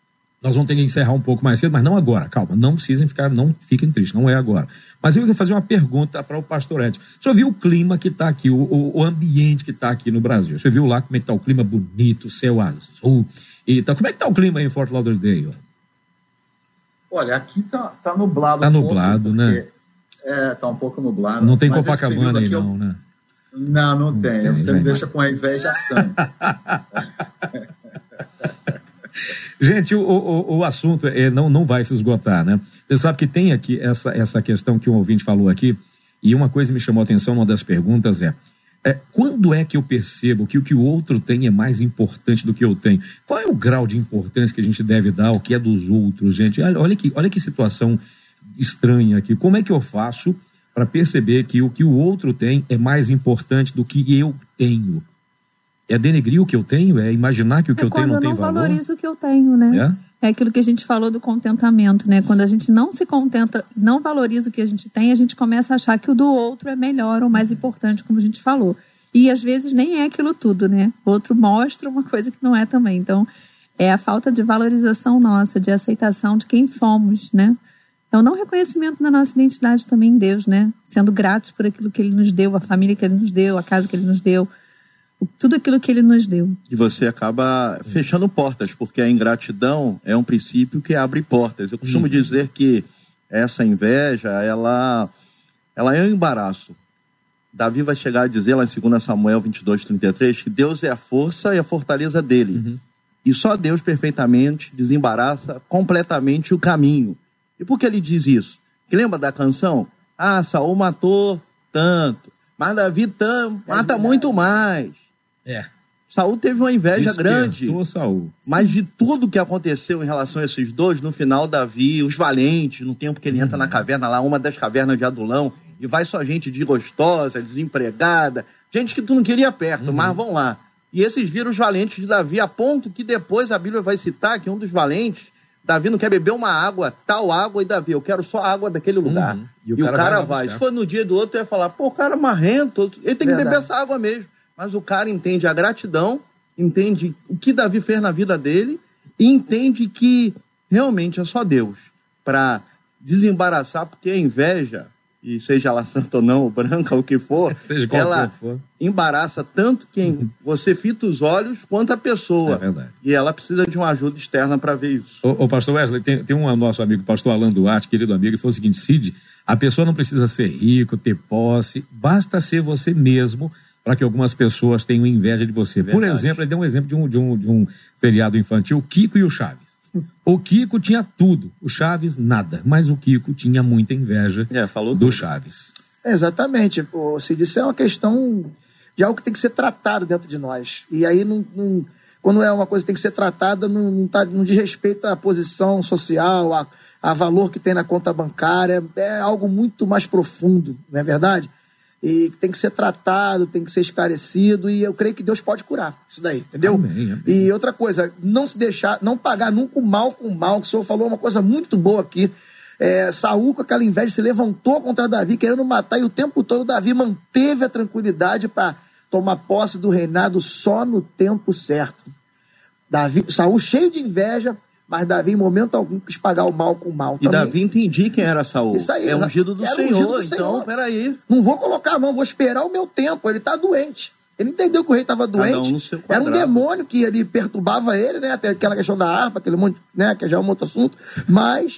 Nós vamos ter que encerrar um pouco mais cedo, mas não agora. Calma, não precisem ficar, não fiquem tristes, não é agora. Mas eu queria fazer uma pergunta para o pastor Edson. O senhor viu o clima que está aqui, o, o ambiente que está aqui no Brasil? O senhor viu lá como é que está o clima bonito, céu azul e tal. Como é que está o clima aí em Fort Lauderdale? Olha, aqui está tá nublado. Está um nublado, porque, né? É, está um pouco nublado. Não tem Copacabana aí, não, eu... né? Não, não, não tem. tem. Você me deixa com a inveja santa. Gente, o, o, o assunto é, não, não vai se esgotar, né? Você sabe que tem aqui essa, essa questão que um ouvinte falou aqui, e uma coisa me chamou a atenção, uma das perguntas é, é quando é que eu percebo que o que o outro tem é mais importante do que eu tenho? Qual é o grau de importância que a gente deve dar ao que é dos outros, gente? Olha, olha, que, olha que situação estranha aqui. Como é que eu faço para perceber que o que o outro tem é mais importante do que eu tenho? É denegrir o que eu tenho? É imaginar que o que é eu tenho não tem valor? Quando eu não valorizo o que eu tenho, né? É? É aquilo que a gente falou do contentamento, né? Quando a gente não se contenta, não valoriza o que a gente tem, a gente começa a achar que o do outro é melhor ou mais importante, como a gente falou. E às vezes nem é aquilo tudo, né? O outro mostra uma coisa que não é também. Então, é a falta de valorização nossa, de aceitação de quem somos, né? É o não reconhecimento da nossa identidade também em Deus, né? Sendo gratos por aquilo que Ele nos deu, a família que Ele nos deu, a casa que Ele nos deu, tudo aquilo que Ele nos deu. E você acaba fechando portas, porque a ingratidão é um princípio que abre portas. Eu costumo uhum. dizer que essa inveja, ela, ela é um embaraço. Davi vai chegar a dizer lá em dois Samuel vinte e dois, trinta e três, que Deus é a força e a fortaleza dele. Uhum. E só Deus perfeitamente desembaraça completamente o caminho. E por que ele diz isso? Que lembra da canção? Ah, Saul matou tanto, mas Davi tam, mata é muito mais. É. Saul teve uma inveja Despertou grande. Saul. Mas de tudo que aconteceu em relação a esses dois, no final, Davi, os valentes, no tempo que ele entra na caverna lá, uma das cavernas de Adulão, e vai só gente de gostosa, desempregada, gente que tu não queria perto, uhum. mas vão lá. E esses viram os valentes de Davi, a ponto que depois a Bíblia vai citar que um dos valentes, Davi não quer beber uma água, tal água, e Davi, eu quero só a água daquele lugar. Uhum. E o e cara, o cara vai. vai. Se for no dia do outro, eu ia falar, pô, o cara é marrento, ele tem que Verdade. beber essa água mesmo. Mas o cara entende a gratidão, entende o que Davi fez na vida dele e entende que realmente é só Deus para desembaraçar, porque a inveja, e seja ela santa ou não, ou branca, ou o que for, seja ela for. embaraça tanto quem uhum. você fita os olhos quanto a pessoa. É verdade. E ela precisa de uma ajuda externa para ver isso. Ô, ô pastor Wesley, tem, tem um nosso amigo, pastor Alan Duarte, querido amigo, que falou o seguinte: Cid, a pessoa não precisa ser rico, ter posse, basta ser você mesmo para que algumas pessoas tenham inveja de você. Verdade. Por exemplo, ele deu um exemplo de um, de, um, de um seriado infantil, o Kiko e o Chaves. O Kiko tinha tudo, o Chaves nada, mas o Kiko tinha muita inveja é, falou do tudo. Chaves. Exatamente, o Cid, isso é uma questão de algo que tem que ser tratado dentro de nós. E aí, não, não, quando é uma coisa que tem que ser tratada, não, não, tá, não diz respeito à posição social, a, a valor que tem na conta bancária, é algo muito mais profundo, não é verdade? E tem que ser tratado, tem que ser esclarecido, e eu creio que Deus pode curar isso daí, entendeu? Amém, amém. E outra coisa, não se deixar, não pagar nunca o mal com o mal, que o senhor falou uma coisa muito boa aqui. É, Saul, com aquela inveja, se levantou contra Davi, querendo matar, e o tempo todo Davi manteve a tranquilidade para tomar posse do reinado só no tempo certo. Davi, Saul cheio de inveja, mas Davi, em momento algum, quis pagar o mal com o mal. E também, Davi entendi quem era Saul. Isso aí, é ungido do Senhor, ungido do então, Senhor. Peraí. Não vou colocar a mão, vou esperar o meu tempo. Ele está doente. Ele entendeu que o rei estava doente. Um era um demônio que ele perturbava ele, né? Até aquela questão da harpa, aquele monte, né? Que já é um outro assunto. Mas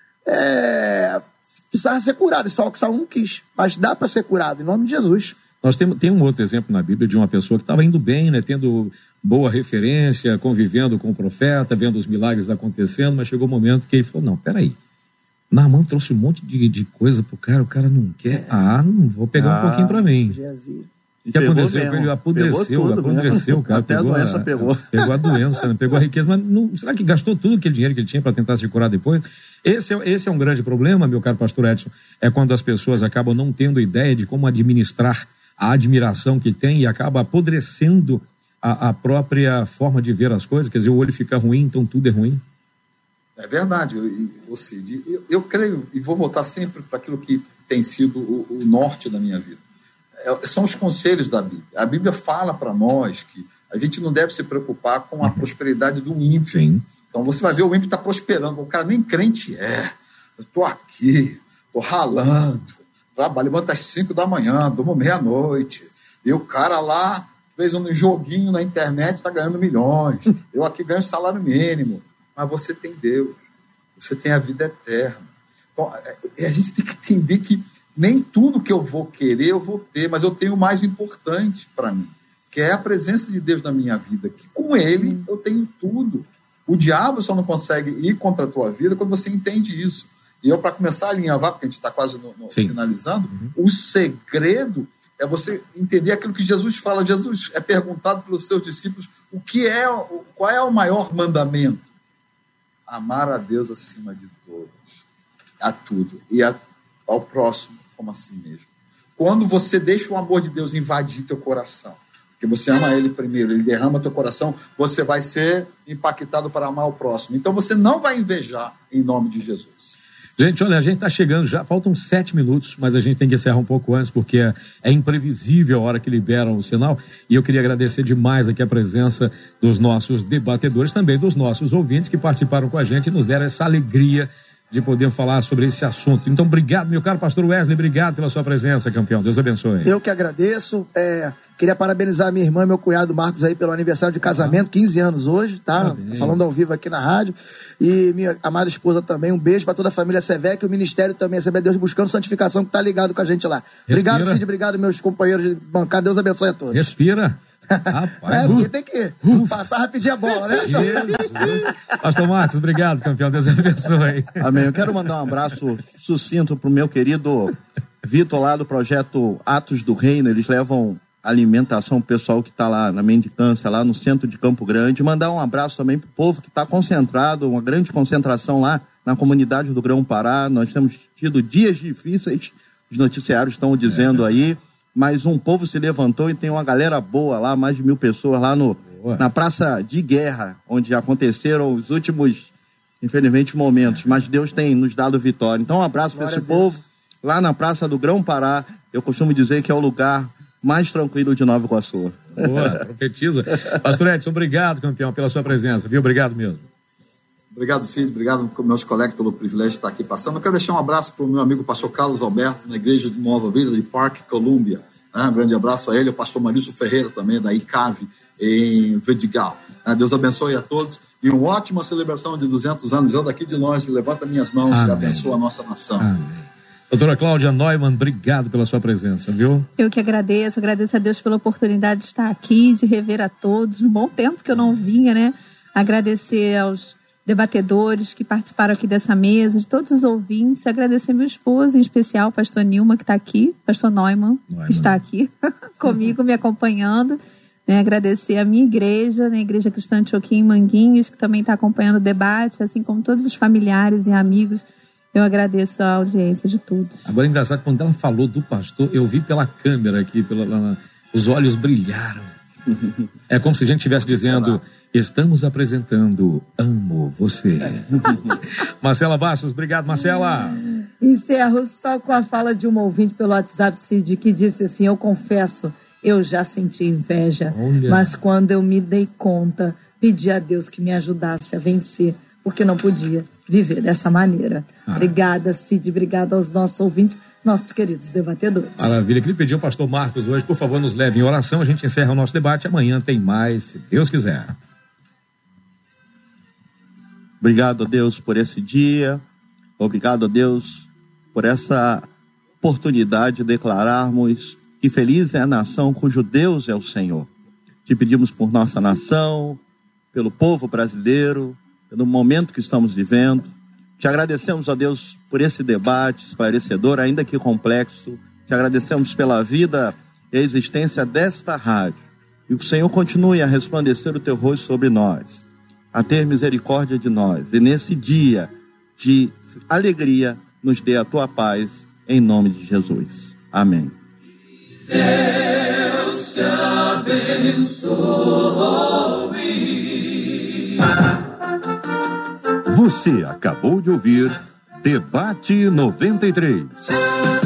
é, precisava ser curado. Só que Saul não quis. Mas dá para ser curado, em nome de Jesus. Nós temos tem um outro exemplo na Bíblia de uma pessoa que estava indo bem, né? Tendo boa referência, convivendo com o profeta, vendo os milagres acontecendo, mas chegou um momento que ele falou, não, peraí, Naamã trouxe um monte de, de coisa pro cara, o cara não quer, ah, não vou pegar ah, um pouquinho pra mim. O que aconteceu com ele? Ele apodreceu, apodreceu, cara. Até pegou a doença a, pegou. Pegou a doença, né? Pegou a riqueza, mas não, será que gastou tudo aquele dinheiro que ele tinha para tentar se curar depois? Esse é, esse é um grande problema, meu caro pastor Edson, é quando as pessoas acabam não tendo ideia de como administrar a admiração que tem e acaba apodrecendo A, a própria forma de ver as coisas, quer dizer, o olho fica ruim, então tudo é ruim. É verdade, o Cid. Eu, eu creio, e vou voltar sempre para aquilo que tem sido o, o norte da minha vida. É, são os conselhos da Bíblia. A Bíblia fala para nós que a gente não deve se preocupar com a prosperidade do ímpio. Sim. Então você vai ver o ímpio está prosperando, o cara nem crente é. Eu estou aqui, estou ralando, trabalho, levanto às cinco da manhã, durmo meia-noite, e o cara lá fez um joguinho na internet, está ganhando milhões, eu aqui ganho salário mínimo. Mas você tem Deus, você tem a vida eterna. Então, a gente tem que entender que nem tudo que eu vou querer eu vou ter, mas eu tenho o mais importante para mim, que é a presença de Deus na minha vida, que com Ele eu tenho tudo. O diabo só não consegue ir contra a tua vida quando você entende isso. E eu, para começar a alinhavar, porque a gente está quase no, no finalizando, uhum. o segredo é você entender aquilo que Jesus fala. Jesus é perguntado pelos seus discípulos o que é, qual é o maior mandamento? Amar a Deus acima de todos, a tudo, e a, ao próximo como a si mesmo. Quando você deixa o amor de Deus invadir teu coração, porque você ama Ele primeiro, Ele derrama teu coração, você vai ser impactado para amar o próximo. Então você não vai invejar em nome de Jesus. Gente, olha, a gente está chegando já, faltam sete minutos, mas a gente tem que encerrar um pouco antes, porque é, é imprevisível a hora que liberam o sinal. E eu queria agradecer demais aqui a presença dos nossos debatedores, também dos nossos ouvintes que participaram com a gente e nos deram essa alegria de poder falar sobre esse assunto. Então, obrigado, meu caro pastor Wesley, obrigado pela sua presença, campeão. Deus abençoe. Eu que agradeço. É, queria parabenizar minha irmã e meu cunhado Marcos aí pelo aniversário de casamento, quinze anos hoje, tá? Tô falando ao vivo aqui na rádio. E minha amada esposa também, um beijo para toda a família Sevec, o ministério também, a Assembleia de Deus Buscando Santificação, que tá ligado com a gente lá. Respira. Obrigado, Cid, obrigado, meus companheiros de bancada. Deus abençoe a todos. Respira. Rapaz, é, porque tem que uh, passar rapidinho a bola, né? Então... Pastor Marcos, obrigado, campeão. Deus abençoe. Amém. Eu quero mandar um abraço sucinto pro meu querido Vitor lá do projeto Atos do Reino. Eles levam alimentação pro pessoal que está lá na mendicância, lá no centro de Campo Grande. Mandar um abraço também pro povo que está concentrado, uma grande concentração lá na comunidade do Grão-Pará. Nós temos tido dias difíceis, os noticiários estão dizendo é, aí. Mas um povo se levantou e tem uma galera boa lá, mais de mil pessoas lá no, na Praça de Guerra, onde aconteceram os últimos, infelizmente, momentos. Mas Deus tem nos dado vitória. Então, um abraço para esse povo lá na Praça do Grão-Pará. Eu costumo dizer que é o lugar mais tranquilo de Nova Iguaçu. Boa, profetiza. Pastor Edson, obrigado, campeão, pela sua presença, viu? Obrigado mesmo. Obrigado, Cid. Obrigado, meus colegas, pelo privilégio de estar aqui passando. Eu quero deixar um abraço para o meu amigo pastor Carlos Alberto, na Igreja de Nova Vida, de Park Columbia. Um grande abraço a ele, o pastor Marício Ferreira também, da I C A V, em Vidigal. Deus abençoe a todos e uma ótima celebração de duzentos anos. Eu daqui de longe, levanta minhas mãos Amém. E abençoa a nossa nação. Amém. Doutora Cláudia Neumann, obrigado pela sua presença, viu? Eu que agradeço, agradeço a Deus pela oportunidade de estar aqui, de rever a todos. Um bom tempo que eu não vinha, né? Agradecer aos debatedores que participaram aqui dessa mesa, de todos os ouvintes, agradecer meu esposo, em especial o pastor Nilma, que está aqui, pastor Neumann, Neumann. que está aqui comigo, me acompanhando, né? Agradecer a minha igreja, né? A Igreja Cristã Antioquia em Manguinhos, que também está acompanhando o debate, assim como todos os familiares e amigos. Eu agradeço a audiência de todos. Agora é engraçado, quando ela falou do pastor, eu vi pela câmera aqui, pela, lá, os olhos brilharam. É como se a gente estivesse dizendo, estamos apresentando Amo Você. Marcela Bastos, obrigado, Marcela. Encerro só com a fala de uma ouvinte pelo WhatsApp, Cid, que disse assim, eu confesso, eu já senti inveja, Olha. mas quando eu me dei conta, pedi a Deus que me ajudasse a vencer, porque não podia viver dessa maneira. Ah. Obrigada, Cid, obrigada aos nossos ouvintes, nossos queridos debatedores. Maravilha, queria pedir ao pastor Marcos hoje, por favor, nos leve em oração, a gente encerra o nosso debate, amanhã tem mais, se Deus quiser. Obrigado a Deus por esse dia, obrigado a Deus por essa oportunidade de declararmos que feliz é a nação cujo Deus é o Senhor. Te pedimos por nossa nação, pelo povo brasileiro, pelo momento que estamos vivendo. Te agradecemos a Deus por esse debate esclarecedor, ainda que complexo. Te agradecemos pela vida e a existência desta rádio. E que o Senhor continue a resplandecer o teu rosto sobre nós, a ter misericórdia de nós. E nesse dia de alegria, nos dê a tua paz, em nome de Jesus. Amém. Deus te abençoe. Você acabou de ouvir Debate noventa e três.